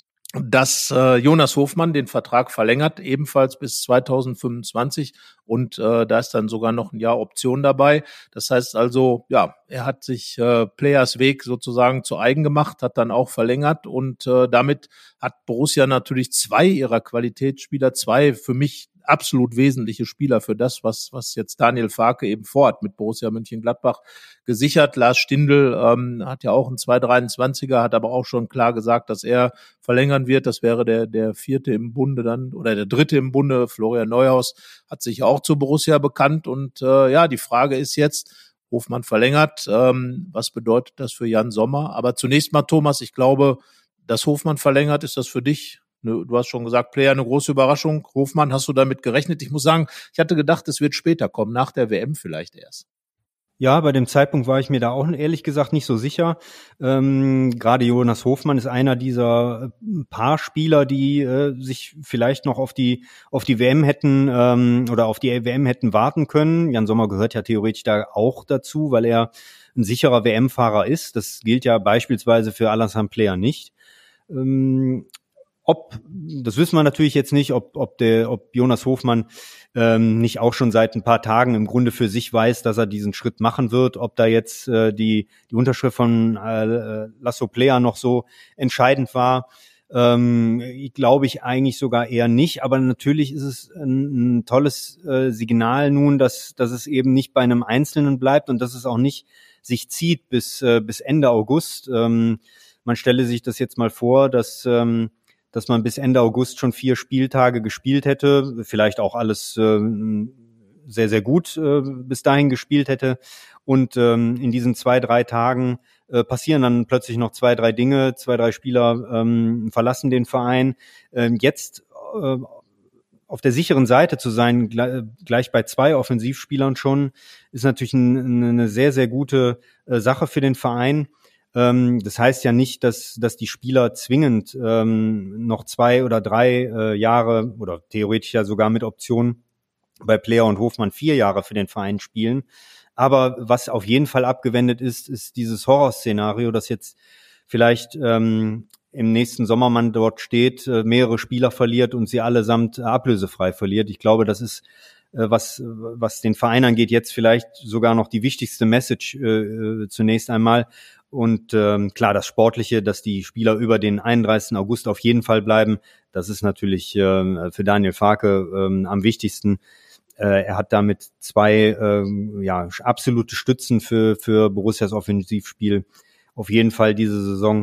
dass äh, Jonas Hofmann den Vertrag verlängert, ebenfalls bis zweitausendfünfundzwanzig und äh, da ist dann sogar noch ein Jahr Option dabei. Das heißt also, ja, er hat sich äh, Players Weg sozusagen zu eigen gemacht, hat dann auch verlängert und äh, damit hat Borussia natürlich zwei ihrer Qualitätsspieler, zwei für mich absolut wesentliche Spieler für das, was was jetzt Daniel Farke eben vorhat mit Borussia Mönchengladbach gesichert. Lars Stindl ähm, hat ja auch einen zwei dreiundzwanziger, hat aber auch schon klar gesagt, dass er verlängern wird. Das wäre der der vierte im Bunde dann oder der dritte im Bunde. Florian Neuhaus hat sich auch zu Borussia bekannt und äh, ja, die Frage ist jetzt, Hofmann verlängert, ähm, was bedeutet das für Jan Sommer? Aber zunächst mal, Thomas, ich glaube, dass Hofmann verlängert, ist das für dich? Du hast schon gesagt, Player, eine große Überraschung. Hofmann, hast du damit gerechnet? Ich muss sagen, ich hatte gedacht, es wird später kommen, nach der W M vielleicht erst. Ja, bei dem Zeitpunkt war ich mir da auch ehrlich gesagt nicht so sicher. Ähm, gerade Jonas Hofmann ist einer dieser paar Spieler, die äh, sich vielleicht noch auf die auf die W M hätten ähm, oder auf die W M hätten warten können. Jan Sommer gehört ja theoretisch da auch dazu, weil er ein sicherer W M-Fahrer ist. Das gilt ja beispielsweise für Alassane Player nicht. Ähm, Ob, das wissen wir natürlich jetzt nicht, ob, ob der, ob Jonas Hofmann ähm, nicht auch schon seit ein paar Tagen im Grunde für sich weiß, dass er diesen Schritt machen wird, ob da jetzt äh, die die Unterschrift von äh, Lasso Player noch so entscheidend war, ähm, glaube ich eigentlich sogar eher nicht. Aber natürlich ist es ein, ein tolles äh, Signal nun, dass dass es eben nicht bei einem Einzelnen bleibt und dass es auch nicht sich zieht bis äh, bis Ende August. Ähm, man stelle sich das jetzt mal vor, dass ähm, dass man bis Ende August schon vier Spieltage gespielt hätte, vielleicht auch alles äh, sehr, sehr gut äh, bis dahin gespielt hätte. Und ähm, in diesen zwei, drei Tagen äh, passieren dann plötzlich noch zwei, drei Dinge. Zwei, drei Spieler ähm, verlassen den Verein. Ähm, jetzt äh, auf der sicheren Seite zu sein, gleich, gleich bei zwei Offensivspielern schon, ist natürlich ein, eine sehr, sehr gute äh, Sache für den Verein. Das heißt ja nicht, dass dass die Spieler zwingend ähm, noch zwei oder drei äh, Jahre oder theoretisch ja sogar mit Option bei Player und Hofmann vier Jahre für den Verein spielen. Aber was auf jeden Fall abgewendet ist, ist dieses Horrorszenario, dass jetzt vielleicht ähm, im nächsten Sommer man dort steht, äh, mehrere Spieler verliert und sie allesamt ablösefrei verliert. Ich glaube, das ist äh, was was den Verein angeht, jetzt vielleicht sogar noch die wichtigste Message äh, zunächst einmal. Und ähm, klar, das Sportliche, dass die Spieler über den einunddreißigsten August auf jeden Fall bleiben, das ist natürlich äh, für Daniel Farke äh, am wichtigsten. Äh, er hat damit zwei äh, ja absolute Stützen für für Borussias Offensivspiel auf jeden Fall diese Saison.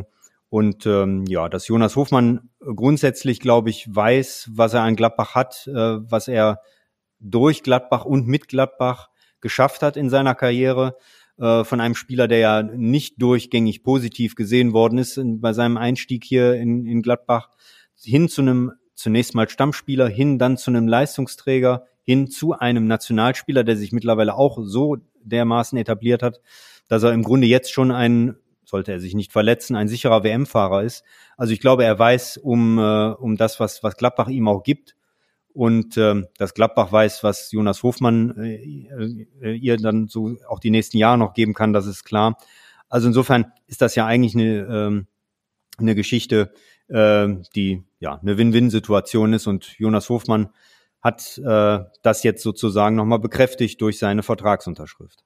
Und ähm, ja, dass Jonas Hofmann grundsätzlich, glaube ich, weiß, was er an Gladbach hat, äh, was er durch Gladbach und mit Gladbach geschafft hat in seiner Karriere, äh, von einem Spieler, der ja nicht durchgängig positiv gesehen worden ist in, bei seinem Einstieg hier in, in Gladbach, hin zu einem zunächst mal Stammspieler, hin dann zu einem Leistungsträger, hin zu einem Nationalspieler, der sich mittlerweile auch so dermaßen etabliert hat, dass er im Grunde jetzt schon ein, sollte er sich nicht verletzen, ein sicherer W M-Fahrer ist. Also ich glaube, er weiß um äh, um das, was was Gladbach ihm auch gibt. Und ähm, dass Gladbach weiß, was Jonas Hofmann äh, äh, ihr dann so auch die nächsten Jahre noch geben kann, das ist klar. Also insofern ist das ja eigentlich eine ähm, eine Geschichte, äh, die ja eine Win-Win-Situation ist. Und Jonas Hofmann hat äh, das jetzt sozusagen nochmal bekräftigt durch seine Vertragsunterschrift.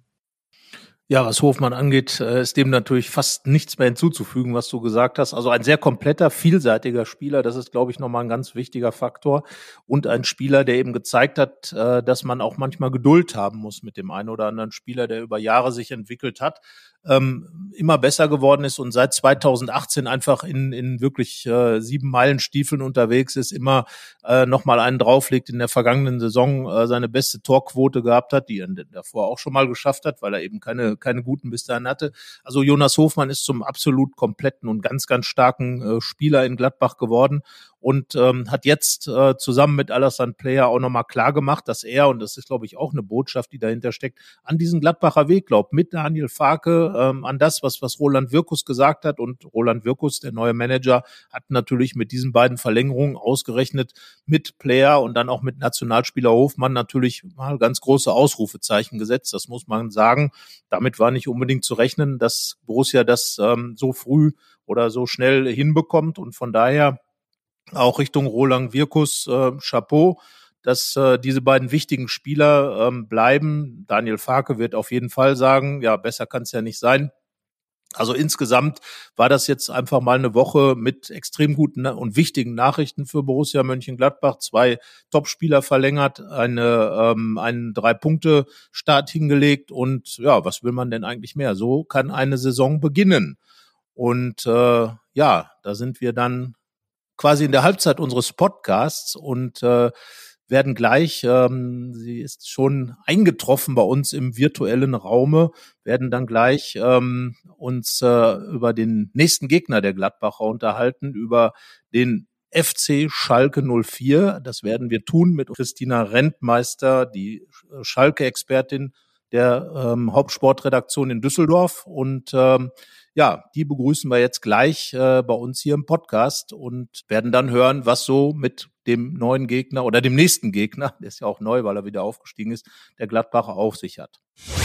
Ja, was Hofmann angeht, ist dem natürlich fast nichts mehr hinzuzufügen, was du gesagt hast. Also ein sehr kompletter, vielseitiger Spieler, das ist, glaube ich, nochmal ein ganz wichtiger Faktor. Und ein Spieler, der eben gezeigt hat, dass man auch manchmal Geduld haben muss mit dem einen oder anderen Spieler, der über Jahre sich entwickelt hat, ähm, immer besser geworden ist und seit zweitausendachtzehn einfach in, in wirklich äh, sieben Meilenstiefeln unterwegs ist, immer äh, nochmal einen drauflegt, in der vergangenen Saison äh, seine beste Torquote gehabt hat, die er davor auch schon mal geschafft hat, weil er eben keine keine guten bis dahin hatte. Also Jonas Hofmann ist zum absolut kompletten und ganz, ganz starken äh, Spieler in Gladbach geworden und ähm, hat jetzt äh, zusammen mit Alassane Player auch nochmal klar gemacht, dass er, und das ist, glaube ich, auch eine Botschaft, die dahinter steckt, an diesen Gladbacher Weg glaubt, mit Daniel Farke, ähm, an das, was was Roland Wirkus gesagt hat. Und Roland Wirkus, der neue Manager, hat natürlich mit diesen beiden Verlängerungen ausgerechnet mit Player und dann auch mit Nationalspieler Hofmann natürlich mal ganz große Ausrufezeichen gesetzt. Das muss man sagen. Damit war nicht unbedingt zu rechnen, dass Borussia das ähm, so früh oder so schnell hinbekommt. Und von daher auch Richtung Roland Wirkus äh, Chapeau, dass äh, diese beiden wichtigen Spieler ähm, bleiben. Daniel Farke wird auf jeden Fall sagen, ja, besser kann es ja nicht sein. Also insgesamt war das jetzt einfach mal eine Woche mit extrem guten und wichtigen Nachrichten für Borussia Mönchengladbach. Zwei Topspieler verlängert, eine ähm, einen Drei-Punkte-Start hingelegt und ja, was will man denn eigentlich mehr? So kann eine Saison beginnen. Und äh, ja, da sind wir dann quasi in der Halbzeit unseres Podcasts und äh, werden gleich, ähm, sie ist schon eingetroffen bei uns im virtuellen Raume, werden dann gleich ähm, uns äh, über den nächsten Gegner der Gladbacher unterhalten, über den F C Schalke null vier. Das werden wir tun mit Christina Rentmeister, die Schalke-Expertin der ähm, Hauptsportredaktion in Düsseldorf. Und ähm, ja, die begrüßen wir jetzt gleich äh, bei uns hier im Podcast und werden dann hören, was so mit dem neuen Gegner oder dem nächsten Gegner, der ist ja auch neu, weil er wieder aufgestiegen ist, der Gladbacher auf sich hat.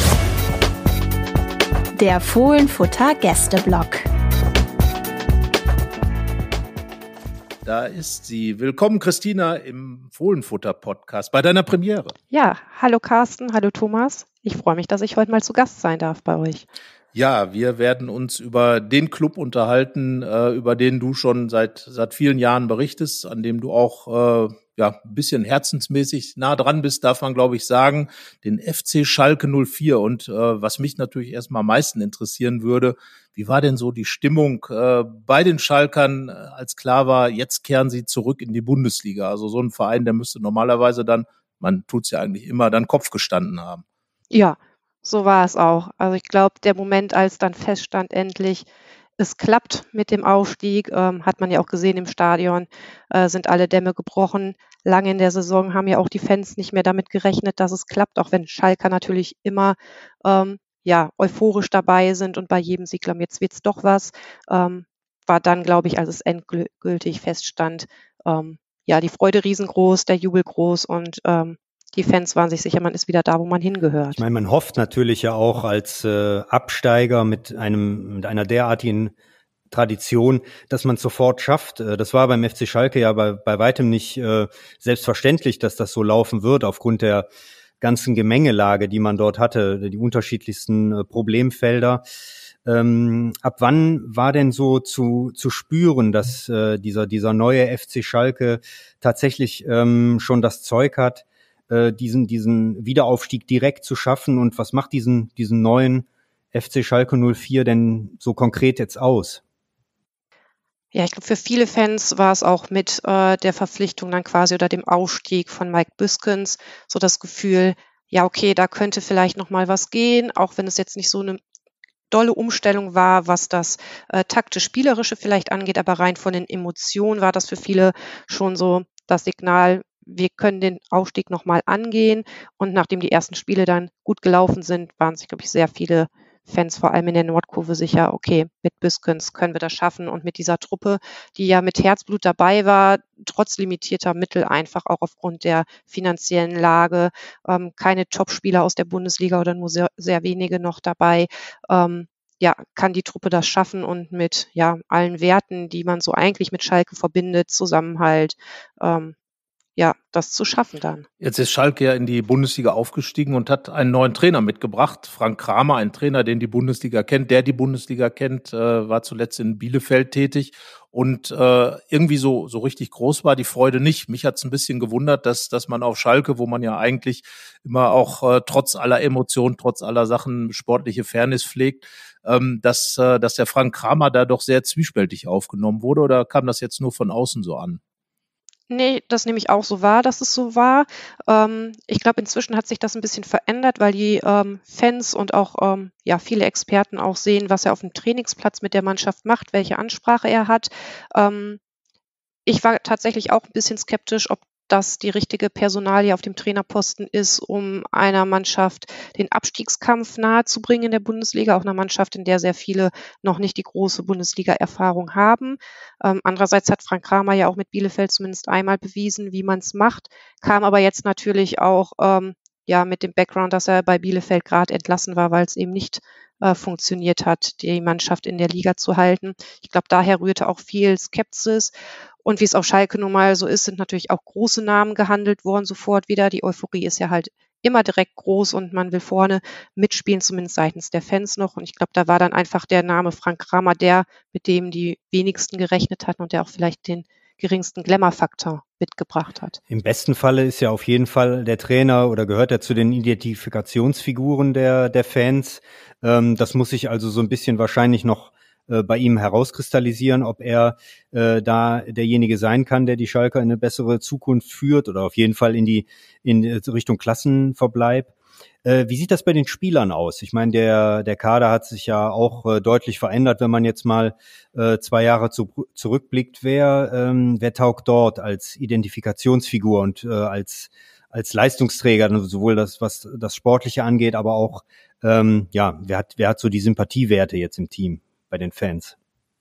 Der Fohlenfutter Gästeblock. Da ist sie. Willkommen, Christina, im Fohlenfutter-Podcast bei deiner Premiere. Ja, hallo Carsten, hallo Thomas. Ich freue mich, dass ich heute mal zu Gast sein darf bei euch. Ja, wir werden uns über den Club unterhalten, äh, über den du schon seit seit vielen Jahren berichtest, an dem du auch äh, ja ein bisschen herzensmäßig nah dran bist, darf man, glaube ich, sagen, den F C Schalke null vier. Und äh, was mich natürlich erstmal am meisten interessieren würde, wie war denn so die Stimmung äh, bei den Schalkern, äh, als klar war, jetzt kehren sie zurück in die Bundesliga? Also so ein Verein, der müsste normalerweise dann, man tut's ja eigentlich immer, dann Kopf gestanden haben. Ja, so war es auch. Also ich glaube, der Moment, als dann feststand, endlich, es klappt mit dem Aufstieg, ähm, hat man ja auch gesehen im Stadion, äh, sind alle Dämme gebrochen. Lange in der Saison haben ja auch die Fans nicht mehr damit gerechnet, dass es klappt, auch wenn Schalker natürlich immer ähm, ja euphorisch dabei sind und bei jedem Sieg glauben, jetzt wird's doch was, ähm, war dann, glaube ich, als es endgültig feststand, ähm, ja, die Freude riesengroß, der Jubel groß und ähm, die Fans waren sich sicher, man ist wieder da, wo man hingehört. Ich meine, man hofft natürlich ja auch als äh, Absteiger mit einem mit einer derartigen Tradition, dass man es sofort schafft. Äh, das war beim F C Schalke ja bei, bei weitem nicht äh, selbstverständlich, dass das so laufen wird, aufgrund der ganzen Gemengelage, die man dort hatte, die unterschiedlichsten äh, Problemfelder. Ähm, ab wann war denn so zu zu spüren, dass äh, dieser dieser neue F C Schalke tatsächlich ähm, schon das Zeug hat, diesen diesen Wiederaufstieg direkt zu schaffen, und was macht diesen diesen neuen F C Schalke null vier denn so konkret jetzt aus? Ja, ich glaube, für viele Fans war es auch mit äh, der Verpflichtung dann quasi oder dem Ausstieg von Mike Biskens so das Gefühl, ja, okay, da könnte vielleicht noch mal was gehen, auch wenn es jetzt nicht so eine dolle Umstellung war, was das äh, taktisch-spielerische vielleicht angeht, aber rein von den Emotionen war das für viele schon so das Signal, wir können den Aufstieg noch mal angehen. Und nachdem die ersten Spiele dann gut gelaufen sind, waren sich, glaube ich, sehr viele Fans, vor allem in der Nordkurve, sicher, okay, mit Biskens können wir das schaffen und mit dieser Truppe, die ja mit Herzblut dabei war, trotz limitierter Mittel einfach auch aufgrund der finanziellen Lage, ähm, keine Topspieler aus der Bundesliga oder nur sehr, sehr wenige noch dabei, ähm, ja, kann die Truppe das schaffen und mit ja allen Werten, die man so eigentlich mit Schalke verbindet, Zusammenhalt, ähm, ja, das zu schaffen dann. Jetzt ist Schalke ja in die Bundesliga aufgestiegen und hat einen neuen Trainer mitgebracht, Frank Kramer, ein Trainer, den die Bundesliga kennt, der die Bundesliga kennt, äh, war zuletzt in Bielefeld tätig und äh, irgendwie so so richtig groß war die Freude nicht. Mich hat's ein bisschen gewundert, dass dass man auf Schalke, wo man ja eigentlich immer auch äh, trotz aller Emotionen, trotz aller Sachen sportliche Fairness pflegt, ähm, dass äh, dass der Frank Kramer da doch sehr zwiespältig aufgenommen wurde, oder kam das jetzt nur von außen so an? Nee, das nehme ich auch so wahr, dass es so war. Ähm, ich glaube, inzwischen hat sich das ein bisschen verändert, weil die ähm, Fans und auch ähm, ja viele Experten auch sehen, was er auf dem Trainingsplatz mit der Mannschaft macht, welche Ansprache er hat. Ähm, ich war tatsächlich auch ein bisschen skeptisch, ob das die richtige Personalie auf dem Trainerposten ist, um einer Mannschaft den Abstiegskampf nahezubringen in der Bundesliga, auch einer Mannschaft, in der sehr viele noch nicht die große Bundesliga-Erfahrung haben. Ähm, andererseits hat Frank Kramer ja auch mit Bielefeld zumindest einmal bewiesen, wie man es macht, kam aber jetzt natürlich auch ähm, ja mit dem Background, dass er bei Bielefeld gerade entlassen war, weil es eben nicht äh, funktioniert hat, die Mannschaft in der Liga zu halten. Ich glaube, daher rührte auch viel Skepsis. Und wie es auf Schalke nun mal so ist, sind natürlich auch große Namen gehandelt worden sofort wieder. Die Euphorie ist ja halt immer direkt groß und man will vorne mitspielen, zumindest seitens der Fans noch. Und ich glaube, da war dann einfach der Name Frank Kramer der, mit dem die wenigsten gerechnet hatten und der auch vielleicht den geringsten Glamour-Faktor mitgebracht hat. Im besten Falle ist ja auf jeden Fall der Trainer oder gehört er zu den Identifikationsfiguren der, der Fans. Ähm, das muss sich also so ein bisschen wahrscheinlich noch äh, bei ihm herauskristallisieren, ob er äh, da derjenige sein kann, der die Schalker in eine bessere Zukunft führt oder auf jeden Fall in die in Richtung Klassenverbleib. Äh, wie sieht das bei den Spielern aus? Ich meine, der der Kader hat sich ja auch äh, deutlich verändert, wenn man jetzt mal äh, zwei Jahre zu, zurückblickt. Wer ähm, wer taugt dort als Identifikationsfigur und äh, als als Leistungsträger, sowohl das was das Sportliche angeht, aber auch ähm, ja, wer hat wer hat so die Sympathiewerte jetzt im Team bei den Fans?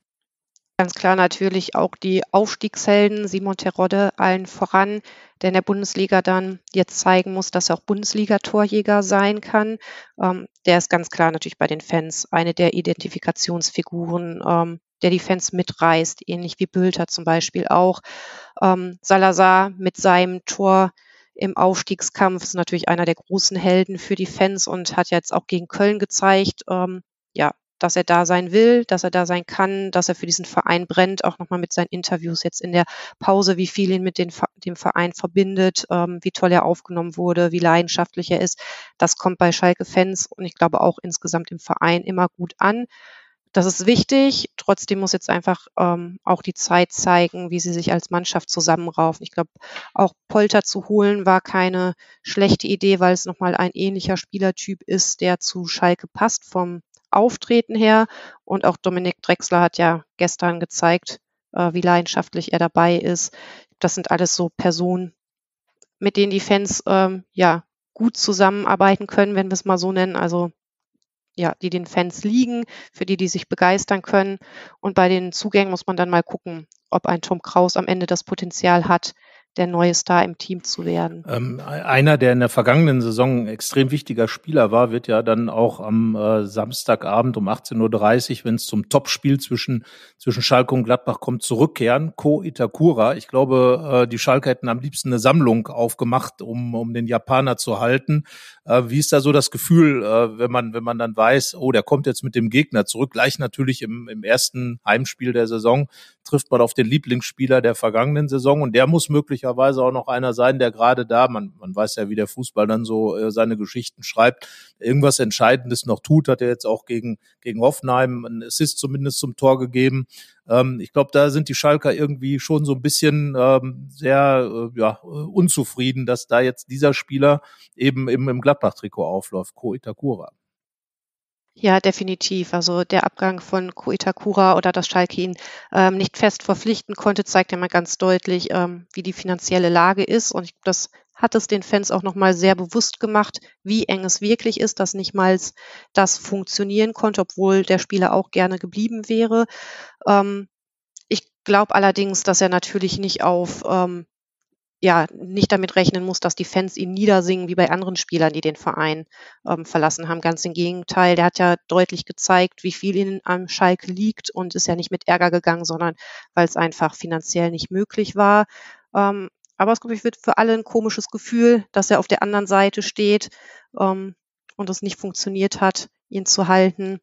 Ganz klar natürlich auch die Aufstiegshelden, Simon Terodde allen voran, der in der Bundesliga dann jetzt zeigen muss, dass er auch Bundesliga-Torjäger sein kann. Ähm, der ist ganz klar natürlich bei den Fans eine der Identifikationsfiguren, ähm, der die Fans mitreißt, ähnlich wie Bülter zum Beispiel auch. Ähm, Salazar mit seinem Tor im Aufstiegskampf ist natürlich einer der großen Helden für die Fans und hat jetzt auch gegen Köln gezeigt, ähm, ja, dass er da sein will, dass er da sein kann, dass er für diesen Verein brennt, auch nochmal mit seinen Interviews jetzt in der Pause, wie viel ihn mit den, dem Verein verbindet, ähm, wie toll er aufgenommen wurde, wie leidenschaftlich er ist. Das kommt bei Schalke-Fans und ich glaube auch insgesamt im Verein immer gut an. Das ist wichtig. Trotzdem muss jetzt einfach ähm, auch die Zeit zeigen, wie sie sich als Mannschaft zusammenraufen. Ich glaube, auch Polter zu holen war keine schlechte Idee, weil es nochmal ein ähnlicher Spielertyp ist, der zu Schalke passt vom Auftreten her. Und auch Dominik Drexler hat ja gestern gezeigt, äh, wie leidenschaftlich er dabei ist. Das sind alles so Personen, mit denen die Fans ähm, ja gut zusammenarbeiten können, wenn wir es mal so nennen. Also ja, die den Fans liegen, für die die sich begeistern können. Und bei den Zugängen muss man dann mal gucken, ob ein Tom Kraus am Ende das Potenzial hat, der neue Star im Team zu werden. Ähm, einer, der in der vergangenen Saison ein extrem wichtiger Spieler war, wird ja dann auch am äh, Samstagabend um achtzehn Uhr dreißig, wenn es zum Topspiel zwischen zwischen Schalke und Gladbach kommt, zurückkehren. Ko Itakura. Ich glaube, äh, die Schalke hätten am liebsten eine Sammlung aufgemacht, um um den Japaner zu halten. Äh, wie ist da so das Gefühl, äh, wenn man wenn man dann weiß, oh, der kommt jetzt mit dem Gegner zurück? Gleich natürlich im im ersten Heimspiel der Saison trifft man auf den Lieblingsspieler der vergangenen Saison und der muss möglicherweise möglicherweise auch noch einer sein, der gerade da, man, man weiß ja, wie der Fußball dann so äh, seine Geschichten schreibt, irgendwas Entscheidendes noch tut, hat er jetzt auch gegen, gegen Hoffenheim einen Assist zumindest zum Tor gegeben. Ähm, ich glaube, da sind die Schalker irgendwie schon so ein bisschen ähm, sehr äh, ja, unzufrieden, dass da jetzt dieser Spieler eben im, im Gladbach-Trikot aufläuft, Ko Itakura. Ja, definitiv. Also der Abgang von Ko Itakura oder dass Schalke ihn ähm, nicht fest verpflichten konnte, zeigt ja mal ganz deutlich, ähm, wie die finanzielle Lage ist. Und ich, das hat es den Fans auch nochmal sehr bewusst gemacht, wie eng es wirklich ist, dass nicht mal das funktionieren konnte, obwohl der Spieler auch gerne geblieben wäre. Ähm, ich glaube allerdings, dass er natürlich nicht auf ähm, ja, nicht damit rechnen muss, dass die Fans ihn niedersingen, wie bei anderen Spielern, die den Verein ähm, verlassen haben. Ganz im Gegenteil, der hat ja deutlich gezeigt, wie viel ihnen am Schalke liegt und ist ja nicht mit Ärger gegangen, sondern weil es einfach finanziell nicht möglich war. Ähm, aber es, glaube ich, wird für alle ein komisches Gefühl, dass er auf der anderen Seite steht ähm, und es nicht funktioniert hat, ihn zu halten.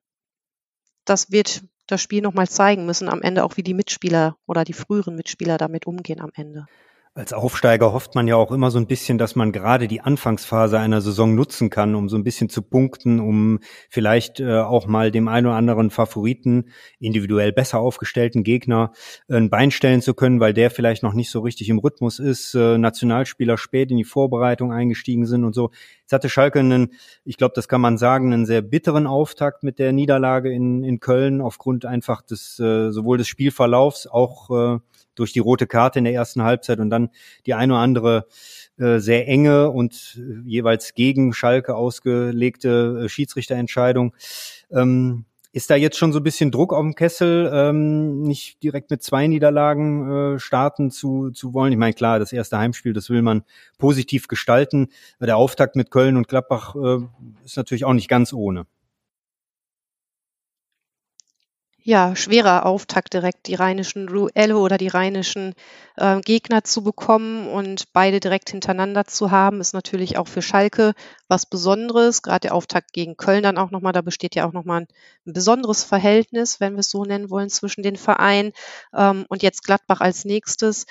Das wird das Spiel nochmal zeigen müssen, am Ende auch, wie die Mitspieler oder die früheren Mitspieler damit umgehen am Ende. Als Aufsteiger hofft man ja auch immer so ein bisschen, dass man gerade die Anfangsphase einer Saison nutzen kann, um so ein bisschen zu punkten, um vielleicht äh, auch mal dem einen oder anderen Favoriten, individuell besser aufgestellten Gegner äh, ein Bein stellen zu können, weil der vielleicht noch nicht so richtig im Rhythmus ist, äh, Nationalspieler spät in die Vorbereitung eingestiegen sind und so. Jetzt hatte Schalke einen, ich glaube, das kann man sagen, einen sehr bitteren Auftakt mit der Niederlage in, in Köln aufgrund einfach des äh, sowohl des Spielverlaufs, auch äh, durch die rote Karte in der ersten Halbzeit und dann die eine oder andere äh, sehr enge und äh, jeweils gegen Schalke ausgelegte äh, Schiedsrichterentscheidung. Ähm, ist da jetzt schon so ein bisschen Druck auf dem Kessel, ähm, nicht direkt mit zwei Niederlagen äh, starten zu zu wollen? Ich meine, klar, das erste Heimspiel, das will man positiv gestalten. Der Auftakt mit Köln und Gladbach äh, ist natürlich auch nicht ganz ohne. Ja, schwerer Auftakt direkt, die rheinischen Duelle oder die rheinischen äh, Gegner zu bekommen und beide direkt hintereinander zu haben, ist natürlich auch für Schalke was Besonderes. Gerade der Auftakt gegen Köln dann auch nochmal, da besteht ja auch nochmal ein, ein besonderes Verhältnis, wenn wir es so nennen wollen, zwischen den Vereinen. Ähm, und jetzt Gladbach als nächstes.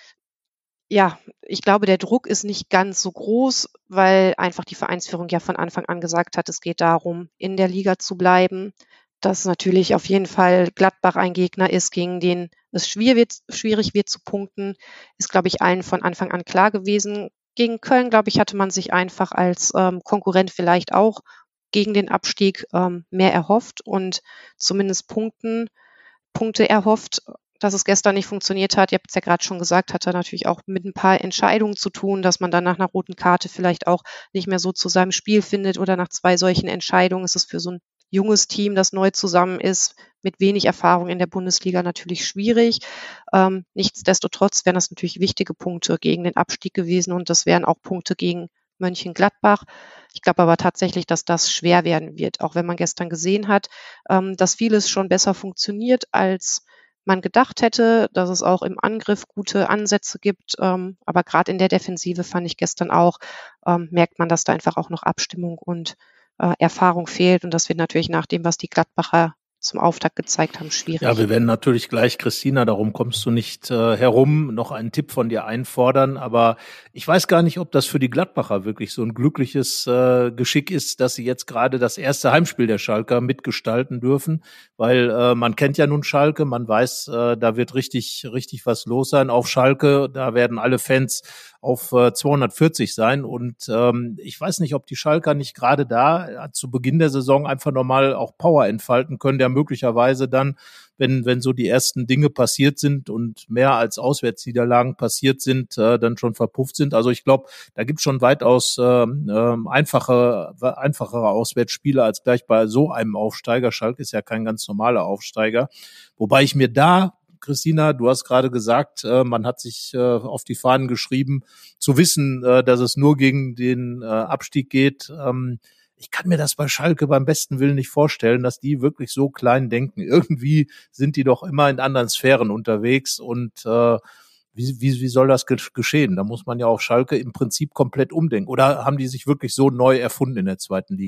Ja, ich glaube, der Druck ist nicht ganz so groß, weil einfach die Vereinsführung ja von Anfang an gesagt hat, es geht darum, in der Liga zu bleiben. Dass natürlich auf jeden Fall Gladbach ein Gegner ist, gegen den es schwierig wird, schwierig wird zu punkten, ist, glaube ich, allen von Anfang an klar gewesen. Gegen Köln, glaube ich, hatte man sich einfach als ähm, Konkurrent vielleicht auch gegen den Abstieg ähm, mehr erhofft und zumindest Punkten, Punkte erhofft. Dass es gestern nicht funktioniert hat, ihr habt es ja gerade schon gesagt, hat er natürlich auch mit ein paar Entscheidungen zu tun, dass man dann nach einer roten Karte vielleicht auch nicht mehr so zu seinem Spiel findet oder nach zwei solchen Entscheidungen ist es für so ein junges Team, das neu zusammen ist, mit wenig Erfahrung in der Bundesliga natürlich schwierig. Ähm, nichtsdestotrotz wären das natürlich wichtige Punkte gegen den Abstieg gewesen und das wären auch Punkte gegen Mönchengladbach. Ich glaube aber tatsächlich, dass das schwer werden wird, auch wenn man gestern gesehen hat, ähm, dass vieles schon besser funktioniert, als man gedacht hätte, dass es auch im Angriff gute Ansätze gibt. Ähm, aber gerade in der Defensive fand ich gestern auch, ähm, merkt man, dass da einfach auch noch Abstimmung und äh, Erfahrung fehlt. Und das wird natürlich nach dem, was die Gladbacher zum Auftakt gezeigt haben, schwierig. Ja, wir werden natürlich gleich, Christina, darum kommst du nicht äh, herum, noch einen Tipp von dir einfordern. Aber ich weiß gar nicht, ob das für die Gladbacher wirklich so ein glückliches äh, Geschick ist, dass sie jetzt gerade das erste Heimspiel der Schalker mitgestalten dürfen. Weil äh, man kennt ja nun Schalke, man weiß, äh, da wird richtig, richtig was los sein auf Schalke. Da werden alle Fans auf äh, zweihundertvierzig sein. Und ähm, ich weiß nicht, ob die Schalker nicht gerade da äh, zu Beginn der Saison einfach nochmal auch Power entfalten können, der möglicherweise dann, wenn wenn so die ersten Dinge passiert sind und mehr als Auswärtsniederlagen passiert sind, äh, dann schon verpufft sind. Also ich glaube, da gibt es schon weitaus äh, äh, einfache, einfachere Auswärtsspiele als gleich bei so einem Aufsteiger. Schalke ist ja kein ganz normaler Aufsteiger. Wobei ich mir da, Christina, du hast gerade gesagt, äh, man hat sich äh, auf die Fahnen geschrieben, zu wissen, äh, dass es nur gegen den äh, Abstieg geht. Ähm, Ich kann mir das bei Schalke beim besten Willen nicht vorstellen, dass die wirklich so klein denken. Irgendwie sind die doch immer in anderen Sphären unterwegs und äh, wie, wie, wie soll das geschehen? Da muss man ja auf Schalke im Prinzip komplett umdenken. Oder haben die sich wirklich so neu erfunden in der zweiten Liga?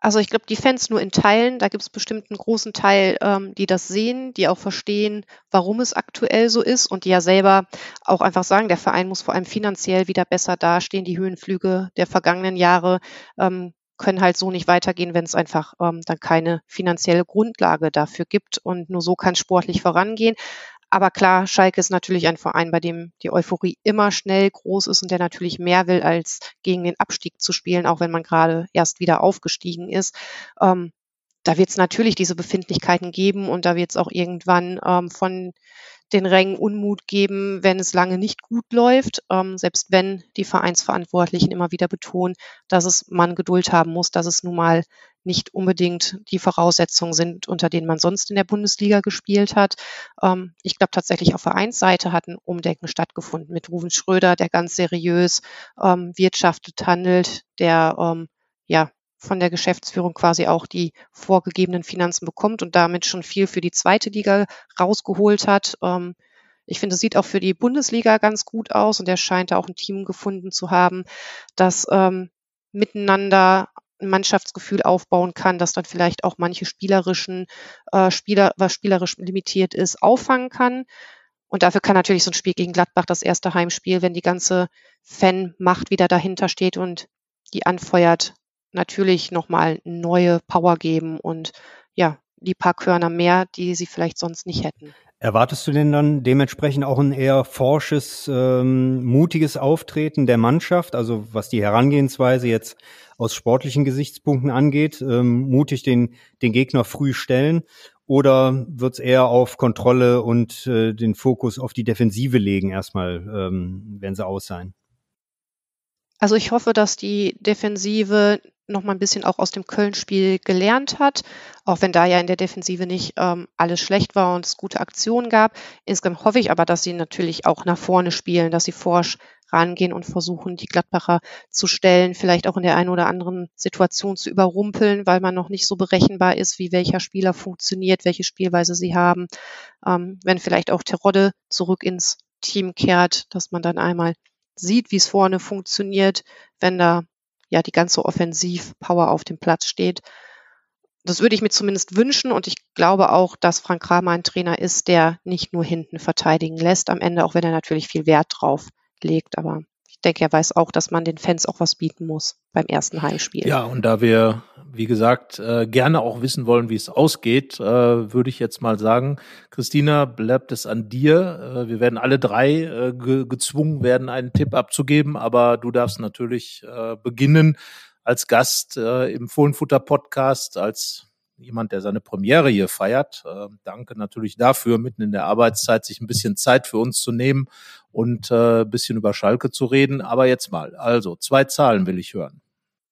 Also ich glaube, die Fans nur in Teilen. Da gibt es bestimmt einen großen Teil, ähm, die das sehen, die auch verstehen, warum es aktuell so ist und die ja selber auch einfach sagen, der Verein muss vor allem finanziell wieder besser dastehen. Die Höhenflüge der vergangenen Jahre ähm, können halt so nicht weitergehen, wenn es einfach ähm, dann keine finanzielle Grundlage dafür gibt. Und nur so kann es sportlich vorangehen. Aber klar, Schalke ist natürlich ein Verein, bei dem die Euphorie immer schnell groß ist und der natürlich mehr will, als gegen den Abstieg zu spielen, auch wenn man gerade erst wieder aufgestiegen ist. Ähm, da wird es natürlich diese Befindlichkeiten geben und da wird es auch irgendwann ähm, von den Rängen Unmut geben, wenn es lange nicht gut läuft, ähm, selbst wenn die Vereinsverantwortlichen immer wieder betonen, dass es man Geduld haben muss, dass es nun mal nicht unbedingt die Voraussetzungen sind, unter denen man sonst in der Bundesliga gespielt hat. Ähm, ich glaube tatsächlich auf Vereinsseite hat ein Umdenken stattgefunden mit Ruven Schröder, der ganz seriös ähm, wirtschaftet, handelt, der ähm, ja von der Geschäftsführung quasi auch die vorgegebenen Finanzen bekommt und damit schon viel für die zweite Liga rausgeholt hat. Ähm, ich finde, es sieht auch für die Bundesliga ganz gut aus und er scheint da auch ein Team gefunden zu haben, das ähm, miteinander ein Mannschaftsgefühl aufbauen kann, das dann vielleicht auch manche spielerischen äh, Spieler, was spielerisch limitiert ist, auffangen kann. Und dafür kann natürlich so ein Spiel gegen Gladbach, das erste Heimspiel, wenn die ganze Fanmacht wieder dahinter steht und die anfeuert, natürlich nochmal neue Power geben und ja, die paar Körner mehr, die sie vielleicht sonst nicht hätten. Erwartest du denn dann dementsprechend auch ein eher forsches, ähm, mutiges Auftreten der Mannschaft, also was die Herangehensweise jetzt aus sportlichen Gesichtspunkten angeht, ähm, mutig den, den Gegner früh stellen? Oder wird es eher auf Kontrolle und äh, den Fokus auf die Defensive legen erstmal, ähm, wenn sie aus sein? Also ich hoffe, dass die Defensive noch mal ein bisschen auch aus dem Köln-Spiel gelernt hat, auch wenn da ja in der Defensive nicht ähm, alles schlecht war und es gute Aktionen gab. Insgesamt hoffe ich aber, dass sie natürlich auch nach vorne spielen, dass sie forsch rangehen und versuchen, die Gladbacher zu stellen, vielleicht auch in der einen oder anderen Situation zu überrumpeln, weil man noch nicht so berechenbar ist, wie welcher Spieler funktioniert, welche Spielweise sie haben. Ähm, wenn vielleicht auch Terodde zurück ins Team kehrt, dass man dann einmal sieht, wie es vorne funktioniert, wenn da ja die ganze Offensivpower auf dem Platz steht. Das würde ich mir zumindest wünschen und ich glaube auch, dass Frank Kramer ein Trainer ist, der nicht nur hinten verteidigen lässt am Ende, auch wenn er natürlich viel Wert drauf legt. Aber ich denke, er weiß auch, dass man den Fans auch was bieten muss beim ersten Heimspiel. Ja, und da wir, wie gesagt, äh, gerne auch wissen wollen, wie es ausgeht, äh, würde ich jetzt mal sagen, Christina, bleibt es an dir. Äh, wir werden alle drei äh, ge- gezwungen werden, einen Tipp abzugeben, aber du darfst natürlich äh, beginnen als Gast äh, im Fohlenfutter-Podcast, als jemand, der seine Premiere hier feiert. Äh, danke natürlich dafür, mitten in der Arbeitszeit sich ein bisschen Zeit für uns zu nehmen und äh, ein bisschen über Schalke zu reden. Aber jetzt mal, also zwei Zahlen will ich hören.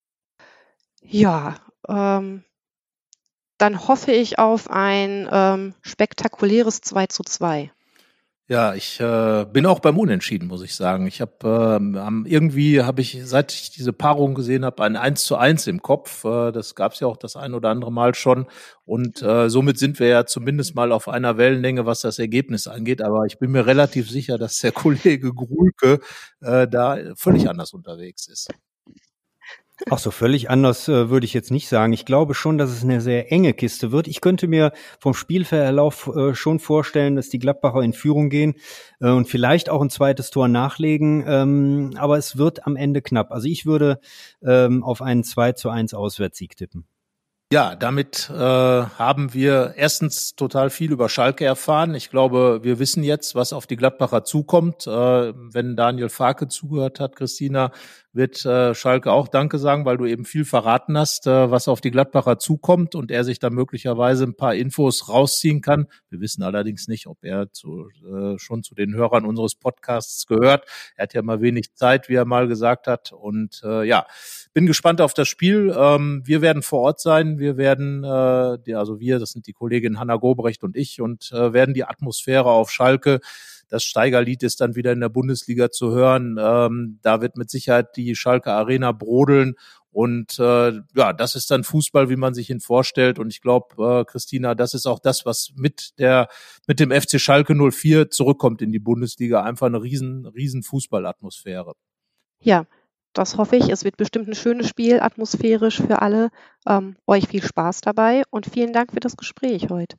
Ja, ähm, dann hoffe ich auf ein ähm, spektakuläres zwei zu zwei. Ja, ich äh, bin auch beim Unentschieden, muss ich sagen. Ich habe ähm, irgendwie habe ich, seit ich diese Paarung gesehen habe, ein eins zu eins im Kopf. Äh, das gab es ja auch das ein oder andere Mal schon. Und äh, somit sind wir ja zumindest mal auf einer Wellenlänge, was das Ergebnis angeht. Aber ich bin mir relativ sicher, dass der Kollege Grulke äh, da völlig anders unterwegs ist. Ach so, völlig anders äh, würde ich jetzt nicht sagen. Ich glaube schon, dass es eine sehr enge Kiste wird. Ich könnte mir vom Spielverlauf äh, schon vorstellen, dass die Gladbacher in Führung gehen äh, und vielleicht auch ein zweites Tor nachlegen. Ähm, aber es wird am Ende knapp. Also ich würde ähm, auf einen zwei zu eins Auswärtssieg tippen. Ja, damit äh, haben wir erstens total viel über Schalke erfahren. Ich glaube, wir wissen jetzt, was auf die Gladbacher zukommt. Äh, wenn Daniel Farke zugehört hat, Christina, wird äh, Schalke auch Danke sagen, weil du eben viel verraten hast, äh, was auf die Gladbacher zukommt und er sich da möglicherweise ein paar Infos rausziehen kann. Wir wissen allerdings nicht, ob er zu, äh, schon zu den Hörern unseres Podcasts gehört. Er hat ja mal wenig Zeit, wie er mal gesagt hat. Und äh, ja, bin gespannt auf das Spiel. Ähm, wir werden vor Ort sein. Wir werden, äh, die, also wir, das sind die Kollegin Hanna Gobrecht und ich, und äh, werden die Atmosphäre auf Schalke, das Steigerlied ist dann wieder in der Bundesliga zu hören. Ähm, da wird mit Sicherheit die Schalke Arena brodeln. Und äh, ja, das ist dann Fußball, wie man sich ihn vorstellt. Und ich glaube, äh, Christina, das ist auch das, was mit der mit dem F C Schalke null vier zurückkommt in die Bundesliga. Einfach eine riesen, riesen Fußballatmosphäre. Ja, das hoffe ich. Es wird bestimmt ein schönes Spiel, atmosphärisch für alle. Ähm, euch viel Spaß dabei und vielen Dank für das Gespräch heute.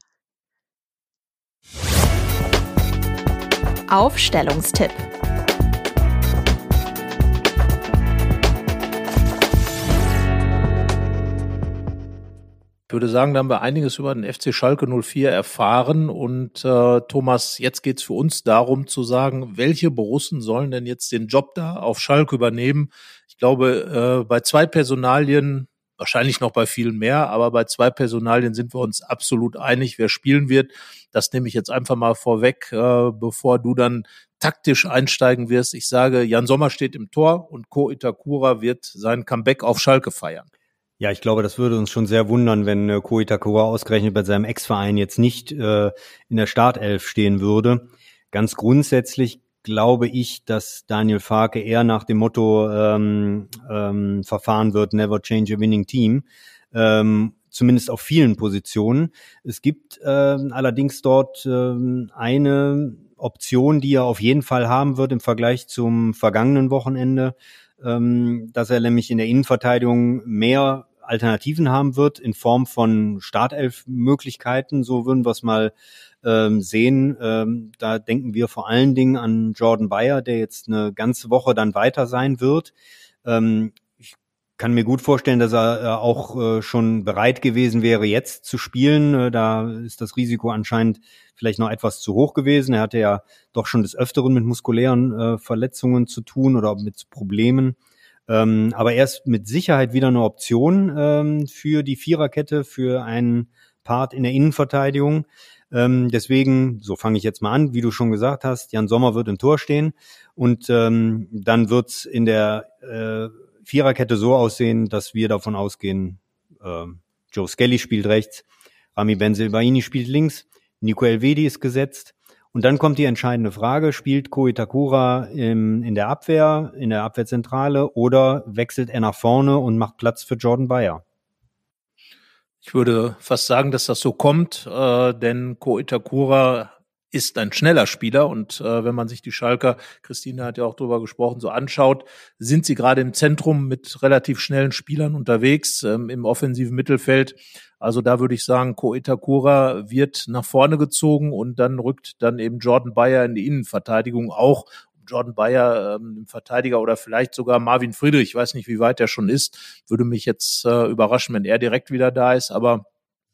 Aufstellungstipp. Ich würde sagen, da haben wir einiges über den F C Schalke null vier erfahren und äh, Thomas, jetzt geht's für uns darum zu sagen, welche Borussen sollen denn jetzt den Job da auf Schalke übernehmen? Ich glaube, äh, bei zwei Personalien, wahrscheinlich noch bei vielen mehr, aber bei zwei Personalien sind wir uns absolut einig, wer spielen wird. Das nehme ich jetzt einfach mal vorweg, äh, bevor du dann taktisch einsteigen wirst. Ich sage, Jan Sommer steht im Tor und Ko Itakura wird sein Comeback auf Schalke feiern. Ja, ich glaube, das würde uns schon sehr wundern, wenn äh, Ko Itakura ausgerechnet bei seinem Ex-Verein jetzt nicht äh, in der Startelf stehen würde. Ganz grundsätzlich glaube ich, dass Daniel Farke eher nach dem Motto ähm, ähm, verfahren wird, never change a winning team, ähm, zumindest auf vielen Positionen. Es gibt äh, allerdings dort äh, eine Option, die er auf jeden Fall haben wird im Vergleich zum vergangenen Wochenende, ähm, dass er nämlich in der Innenverteidigung mehr Alternativen haben wird in Form von Startelf-Möglichkeiten. So würden wir es mal ähm, sehen. Ähm, da denken wir vor allen Dingen an Jordan Bayer, der jetzt eine ganze Woche dann weiter sein wird. Ähm, ich kann mir gut vorstellen, dass er äh, auch äh, schon bereit gewesen wäre, jetzt zu spielen. Äh, da ist das Risiko anscheinend vielleicht noch etwas zu hoch gewesen. Er hatte ja doch schon des Öfteren mit muskulären äh, Verletzungen zu tun oder mit Problemen. Ähm, aber er ist mit Sicherheit wieder eine Option ähm, für die Viererkette, für einen Part in der Innenverteidigung. Ähm, deswegen, so fange ich jetzt mal an, wie du schon gesagt hast, Jan Sommer wird im Tor stehen und ähm, dann wird's in der äh, Viererkette so aussehen, dass wir davon ausgehen, äh, Joe Skelly spielt rechts, Rami Bensebaini spielt links, Nico Elvedi ist gesetzt. Und dann kommt die entscheidende Frage, spielt Ko Itakura im, in der Abwehr, in der Abwehrzentrale oder wechselt er nach vorne und macht Platz für Jordan Bayer? Ich würde fast sagen, dass das so kommt, äh, denn Ko Itakura ist ein schneller Spieler und äh, wenn man sich die Schalker, Christine hat ja auch drüber gesprochen, so anschaut, sind sie gerade im Zentrum mit relativ schnellen Spielern unterwegs, ähm, im offensiven Mittelfeld. Also da würde ich sagen, Ko Itakura wird nach vorne gezogen und dann rückt dann eben Jordan Bayer in die Innenverteidigung auch. Jordan Bayer, ähm, Verteidiger oder vielleicht sogar Marvin Friedrich, ich weiß nicht, wie weit er schon ist, würde mich jetzt äh, überraschen, wenn er direkt wieder da ist, aber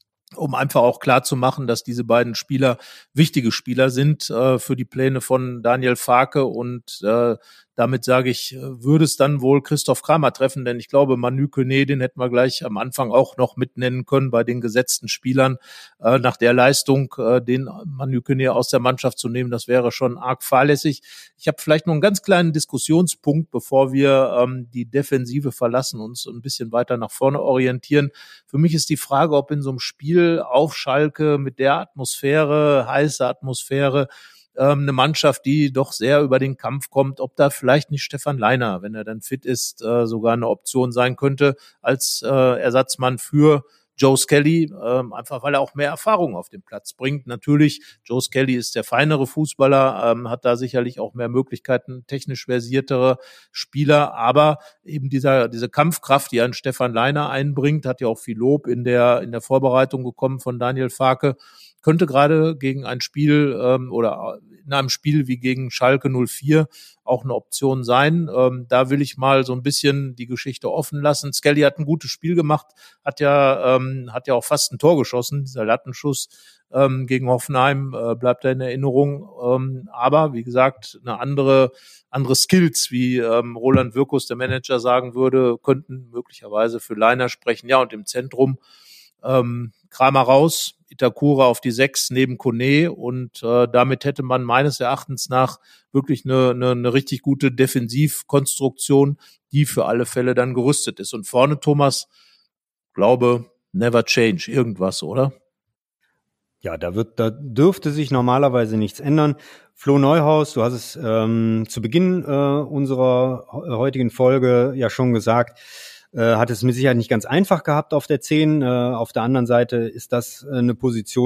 um einfach auch klar zu machen, dass diese beiden Spieler wichtige Spieler sind äh, für die Pläne von Daniel Farke und äh, damit sage ich, würde es dann wohl Christoph Kramer treffen, denn ich glaube, Manu Kone, den hätten wir gleich am Anfang auch noch mitnennen können bei den gesetzten Spielern. Äh, nach der Leistung, äh, den Manu Kone aus der Mannschaft zu nehmen, das wäre schon arg fahrlässig. Ich habe vielleicht noch einen ganz kleinen Diskussionspunkt, bevor wir ähm, die Defensive verlassen, uns ein bisschen weiter nach vorne orientieren. Für mich ist die Frage, ob in so einem Spiel auf Schalke mit der Atmosphäre, heiße Atmosphäre, eine Mannschaft, die doch sehr über den Kampf kommt, ob da vielleicht nicht Stefan Leiner, wenn er dann fit ist, sogar eine Option sein könnte als Ersatzmann für Joe Skelly, einfach weil er auch mehr Erfahrung auf den Platz bringt. Natürlich, Joe Skelly ist der feinere Fußballer, hat da sicherlich auch mehr Möglichkeiten, technisch versiertere Spieler, aber eben dieser diese Kampfkraft, die ein Stefan Leiner einbringt, hat ja auch viel Lob in der in der Vorbereitung bekommen von Daniel Farke, könnte gerade gegen ein Spiel ähm, oder in einem Spiel wie gegen Schalke null vier auch eine Option sein. Ähm, da will ich mal so ein bisschen die Geschichte offen lassen. Skelly hat ein gutes Spiel gemacht, hat ja ähm, hat ja auch fast ein Tor geschossen. Dieser Lattenschuss ähm, gegen Hoffenheim äh, bleibt da in Erinnerung. Ähm, aber wie gesagt, eine andere andere Skills, wie ähm, Roland Wirkus, der Manager, sagen würde, könnten möglicherweise für Leiner sprechen. Ja, und im Zentrum ähm, Kramer raus, Itakura auf die sechs neben Kone und äh, damit hätte man meines Erachtens nach wirklich eine, eine, eine richtig gute Defensivkonstruktion, die für alle Fälle dann gerüstet ist. Und vorne, Thomas, glaube, never change, irgendwas, oder? Ja, da wird, da dürfte sich normalerweise nichts ändern. Flo Neuhaus, du hast es ähm, zu Beginn äh, unserer heutigen Folge ja schon gesagt, äh, hat es mit Sicherheit nicht ganz einfach gehabt auf der zehn. Äh, auf der anderen Seite ist das äh, eine Position,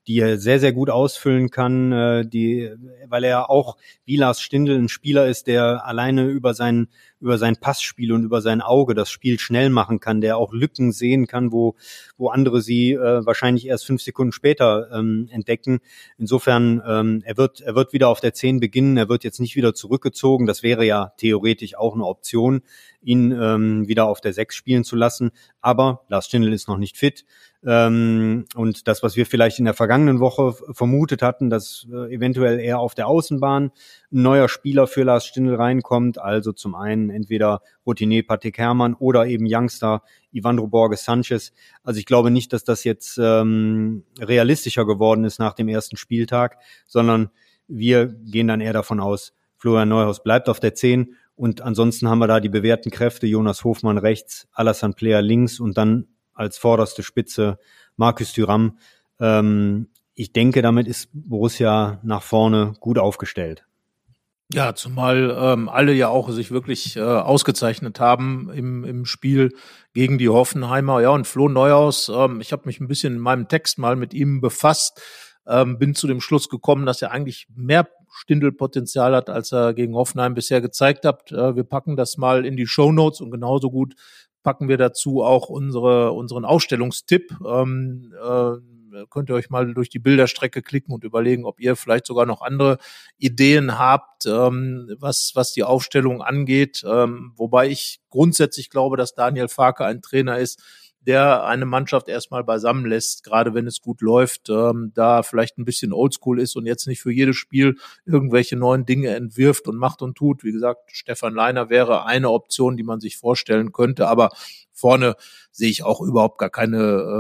die er sehr, sehr gut ausfüllen kann, äh, die, weil er auch wie Lars Stindl ein Spieler ist, der alleine über sein, über sein Passspiel und über sein Auge das Spiel schnell machen kann, der auch Lücken sehen kann, wo, wo andere sie äh, wahrscheinlich erst fünf Sekunden später ähm, entdecken. Insofern, ähm, er wird, er wird wieder auf der zehn beginnen, er wird jetzt nicht wieder zurückgezogen. Das wäre ja theoretisch auch eine Option, ihn ähm, wieder auf der sechs spielen zu lassen. Aber Lars Stindl ist noch nicht fit. Ähm, und das, was wir vielleicht in der vergangenen Woche f- vermutet hatten, dass äh, eventuell eher auf der Außenbahn ein neuer Spieler für Lars Stindl reinkommt, also zum einen entweder Routinier Patrick Herrmann oder eben Youngster Ivandro Borges Sanchez. Also ich glaube nicht, dass das jetzt ähm, realistischer geworden ist nach dem ersten Spieltag, sondern wir gehen dann eher davon aus, Florian Neuhaus bleibt auf der zehn und ansonsten haben wir da die bewährten Kräfte, Jonas Hofmann rechts, Alassane Player links und dann als vorderste Spitze Marcus Thuram. Ähm, ich denke, damit ist Borussia nach vorne gut aufgestellt. Ja, zumal ähm, alle ja auch sich wirklich äh, ausgezeichnet haben im, im Spiel gegen die Hoffenheimer. Ja, und Flo Neuhaus, ähm, ich habe mich ein bisschen in meinem Text mal mit ihm befasst, ähm, bin zu dem Schluss gekommen, dass er eigentlich mehr Stindl-Potenzial hat, als er gegen Hoffenheim bisher gezeigt hat. Äh, wir packen das mal in die Shownotes und genauso gut packen wir dazu auch unsere unseren Ausstellungstipp. Ähm, äh, könnt ihr euch mal durch die Bilderstrecke klicken und überlegen, ob ihr vielleicht sogar noch andere Ideen habt, ähm, was was die Aufstellung angeht. Ähm, wobei ich grundsätzlich glaube, dass Daniel Farke ein Trainer ist, der eine Mannschaft erstmal beisammen lässt, gerade wenn es gut läuft, ähm, da vielleicht ein bisschen oldschool ist und jetzt nicht für jedes Spiel irgendwelche neuen Dinge entwirft und macht und tut. Wie gesagt, Stefan Leiner wäre eine Option, die man sich vorstellen könnte, aber vorne sehe ich auch überhaupt gar keine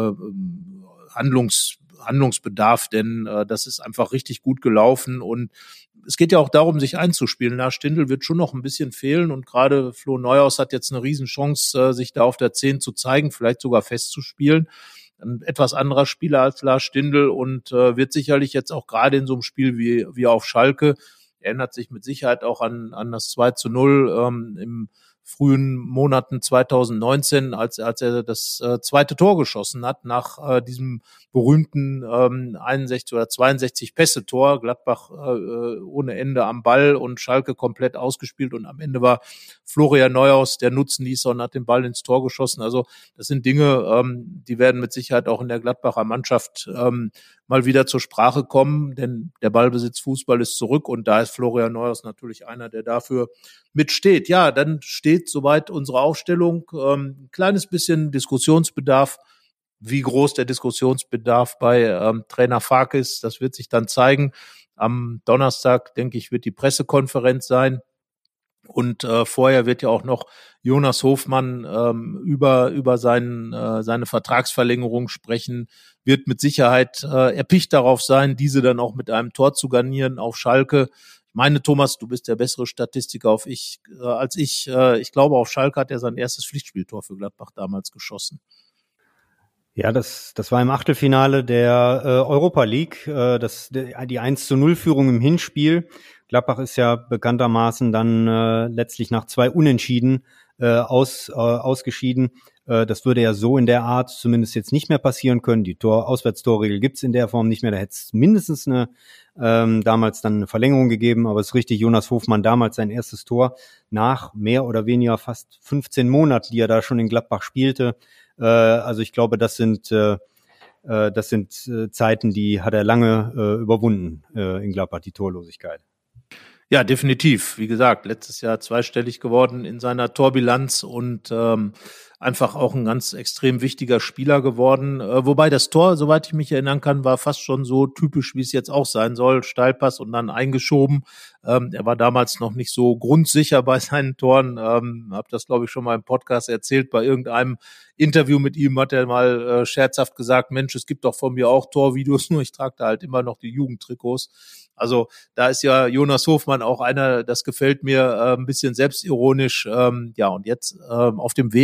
äh, Handlungs, Handlungsbedarf, denn äh, das ist einfach richtig gut gelaufen und es geht ja auch darum, sich einzuspielen. Lars Stindl wird schon noch ein bisschen fehlen und gerade Flo Neuhaus hat jetzt eine Riesenchance, sich da auf der zehn zu zeigen, vielleicht sogar festzuspielen. Ein etwas anderer Spieler als Lars Stindl und äh, wird sicherlich jetzt auch gerade in so einem Spiel wie wie auf Schalke, erinnert sich mit Sicherheit auch an an das zwei zu null ähm, im frühen Monaten zwanzig neunzehn, als, als er das äh, zweite Tor geschossen hat, nach äh, diesem berühmten ähm, einundsechzig oder zweiundsechzig Pässe-Tor. Gladbach äh, ohne Ende am Ball und Schalke komplett ausgespielt und am Ende war Florian Neuhaus der Nutznießer und hat den Ball ins Tor geschossen. Also das sind Dinge, ähm, die werden mit Sicherheit auch in der Gladbacher Mannschaft ähm, mal wieder zur Sprache kommen, denn der Ballbesitz Fußball ist zurück und da ist Florian Neuhaus natürlich einer, der dafür mitsteht. Ja, dann steht soweit unsere Aufstellung. Ähm, ein kleines bisschen Diskussionsbedarf. Wie groß der Diskussionsbedarf bei ähm, Trainer Farke ist, das wird sich dann zeigen. Am Donnerstag, denke ich, wird die Pressekonferenz sein. Und äh, vorher wird ja auch noch Jonas Hofmann ähm, über über seinen, äh, seine Vertragsverlängerung sprechen, wird mit Sicherheit äh, erpicht darauf sein, diese dann auch mit einem Tor zu garnieren auf Schalke. Ich meine, Thomas, du bist der bessere Statistiker auf ich, äh, als ich. Äh, ich glaube, auf Schalke hat er sein erstes Pflichtspieltor für Gladbach damals geschossen. Ja, das, das war im Achtelfinale der äh, Europa League, äh, das, die eins zu null Führung im Hinspiel. Gladbach ist ja bekanntermaßen dann äh, letztlich nach zwei Unentschieden äh, aus, äh, ausgeschieden. Äh, das würde ja so in der Art zumindest jetzt nicht mehr passieren können. Die Tor Auswärtstorregel gibt's in der Form nicht mehr. Da hätte es mindestens eine ähm, damals dann eine Verlängerung gegeben. Aber es ist richtig, Jonas Hofmann damals sein erstes Tor nach mehr oder weniger fast fünfzehn Monaten, die er da schon in Gladbach spielte. Äh, also ich glaube, das sind äh, das sind äh, Zeiten, die hat er lange äh, überwunden äh, in Gladbach, die Torlosigkeit. Ja, definitiv. Wie gesagt, letztes Jahr zweistellig geworden in seiner Torbilanz und ähm, einfach auch ein ganz extrem wichtiger Spieler geworden. Äh, wobei das Tor, soweit ich mich erinnern kann, war fast schon so typisch, wie es jetzt auch sein soll. Steilpass und dann eingeschoben. Ähm, er war damals noch nicht so grundsicher bei seinen Toren. Ähm, hab das, glaube ich, schon mal im Podcast erzählt. Bei irgendeinem Interview mit ihm hat er mal äh, scherzhaft gesagt, Mensch, es gibt doch von mir auch Torvideos, nur ich trage da halt immer noch die Jugendtrikots. Also da ist ja Jonas Hofmann auch einer, das gefällt mir, äh, ein bisschen selbstironisch. Ähm, ja, und jetzt ähm, auf dem Weg, möglicherweise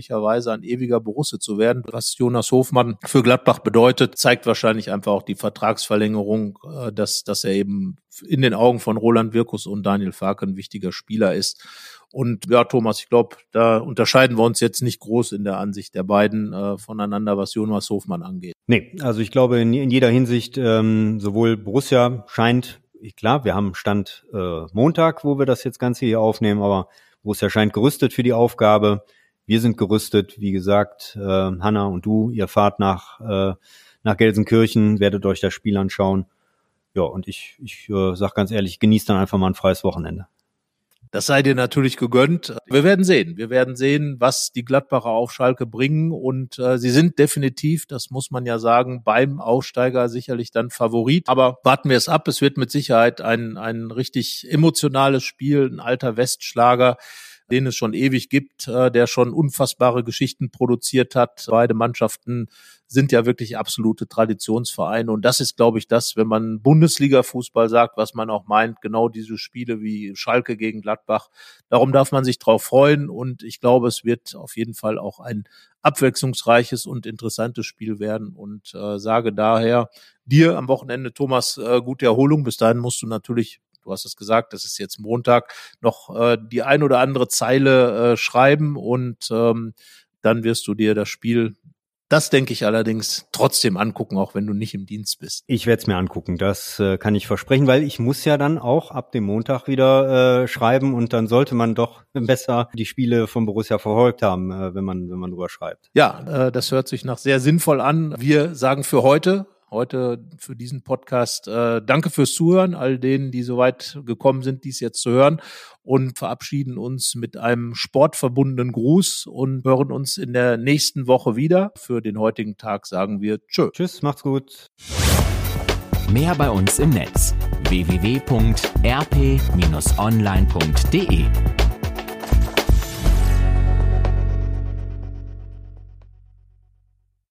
möglicherweise ein ewiger Borusse zu werden. Was Jonas Hofmann für Gladbach bedeutet, zeigt wahrscheinlich einfach auch die Vertragsverlängerung, dass, dass er eben in den Augen von Roland Wirkus und Daniel Farke ein wichtiger Spieler ist. Und ja, Thomas, ich glaube, da unterscheiden wir uns jetzt nicht groß in der Ansicht der beiden äh, voneinander, was Jonas Hofmann angeht. Nee, also ich glaube in, in jeder Hinsicht, ähm, sowohl Borussia scheint, klar, wir haben Stand äh, Montag, wo wir das jetzt Ganze hier aufnehmen, aber Borussia scheint gerüstet für die Aufgabe. Wir sind gerüstet, wie gesagt, äh, Hanna und du, ihr fahrt nach, äh, nach Gelsenkirchen, werdet euch das Spiel anschauen. Ja, und ich, ich äh, sag ganz ehrlich, genießt dann einfach mal ein freies Wochenende. Das sei dir natürlich gegönnt. Wir werden sehen. Wir werden sehen, was die Gladbacher auf Schalke bringen. Und äh, sie sind definitiv, das muss man ja sagen, beim Aufsteiger sicherlich dann Favorit. Aber warten wir es ab. Es wird mit Sicherheit ein, ein richtig emotionales Spiel, ein alter Westschlager, den es schon ewig gibt, äh, der schon unfassbare Geschichten produziert hat. Beide Mannschaften sind ja wirklich absolute Traditionsvereine. Und das ist, glaube ich, das, wenn man Bundesliga-Fußball sagt, was man auch meint, genau diese Spiele wie Schalke gegen Gladbach. Darum darf man sich drauf freuen. Und ich glaube, es wird auf jeden Fall auch ein abwechslungsreiches und interessantes Spiel werden. Und äh, sage daher dir am Wochenende, Thomas, äh, gute Erholung. Bis dahin musst du natürlich, du hast es gesagt, das ist jetzt Montag, noch äh, die ein oder andere Zeile äh, schreiben. Und ähm, dann wirst du dir das Spiel, das denke ich allerdings, trotzdem angucken, auch wenn du nicht im Dienst bist. Ich werde es mir angucken, das äh, kann ich versprechen, weil ich muss ja dann auch ab dem Montag wieder äh, schreiben und dann sollte man doch besser die Spiele von Borussia verfolgt haben, äh, wenn man wenn man drüber schreibt. Ja, äh, das hört sich nach sehr sinnvoll an. Wir sagen für heute, heute für diesen Podcast, äh, danke fürs Zuhören, all denen, die so weit gekommen sind, dies jetzt zu hören, und verabschieden uns mit einem sportverbundenen Gruß und hören uns in der nächsten Woche wieder. Für den heutigen Tag sagen wir Tschö. Tschüss, macht's gut. Mehr bei uns im Netz w w w punkt r p Bindestrich online punkt d e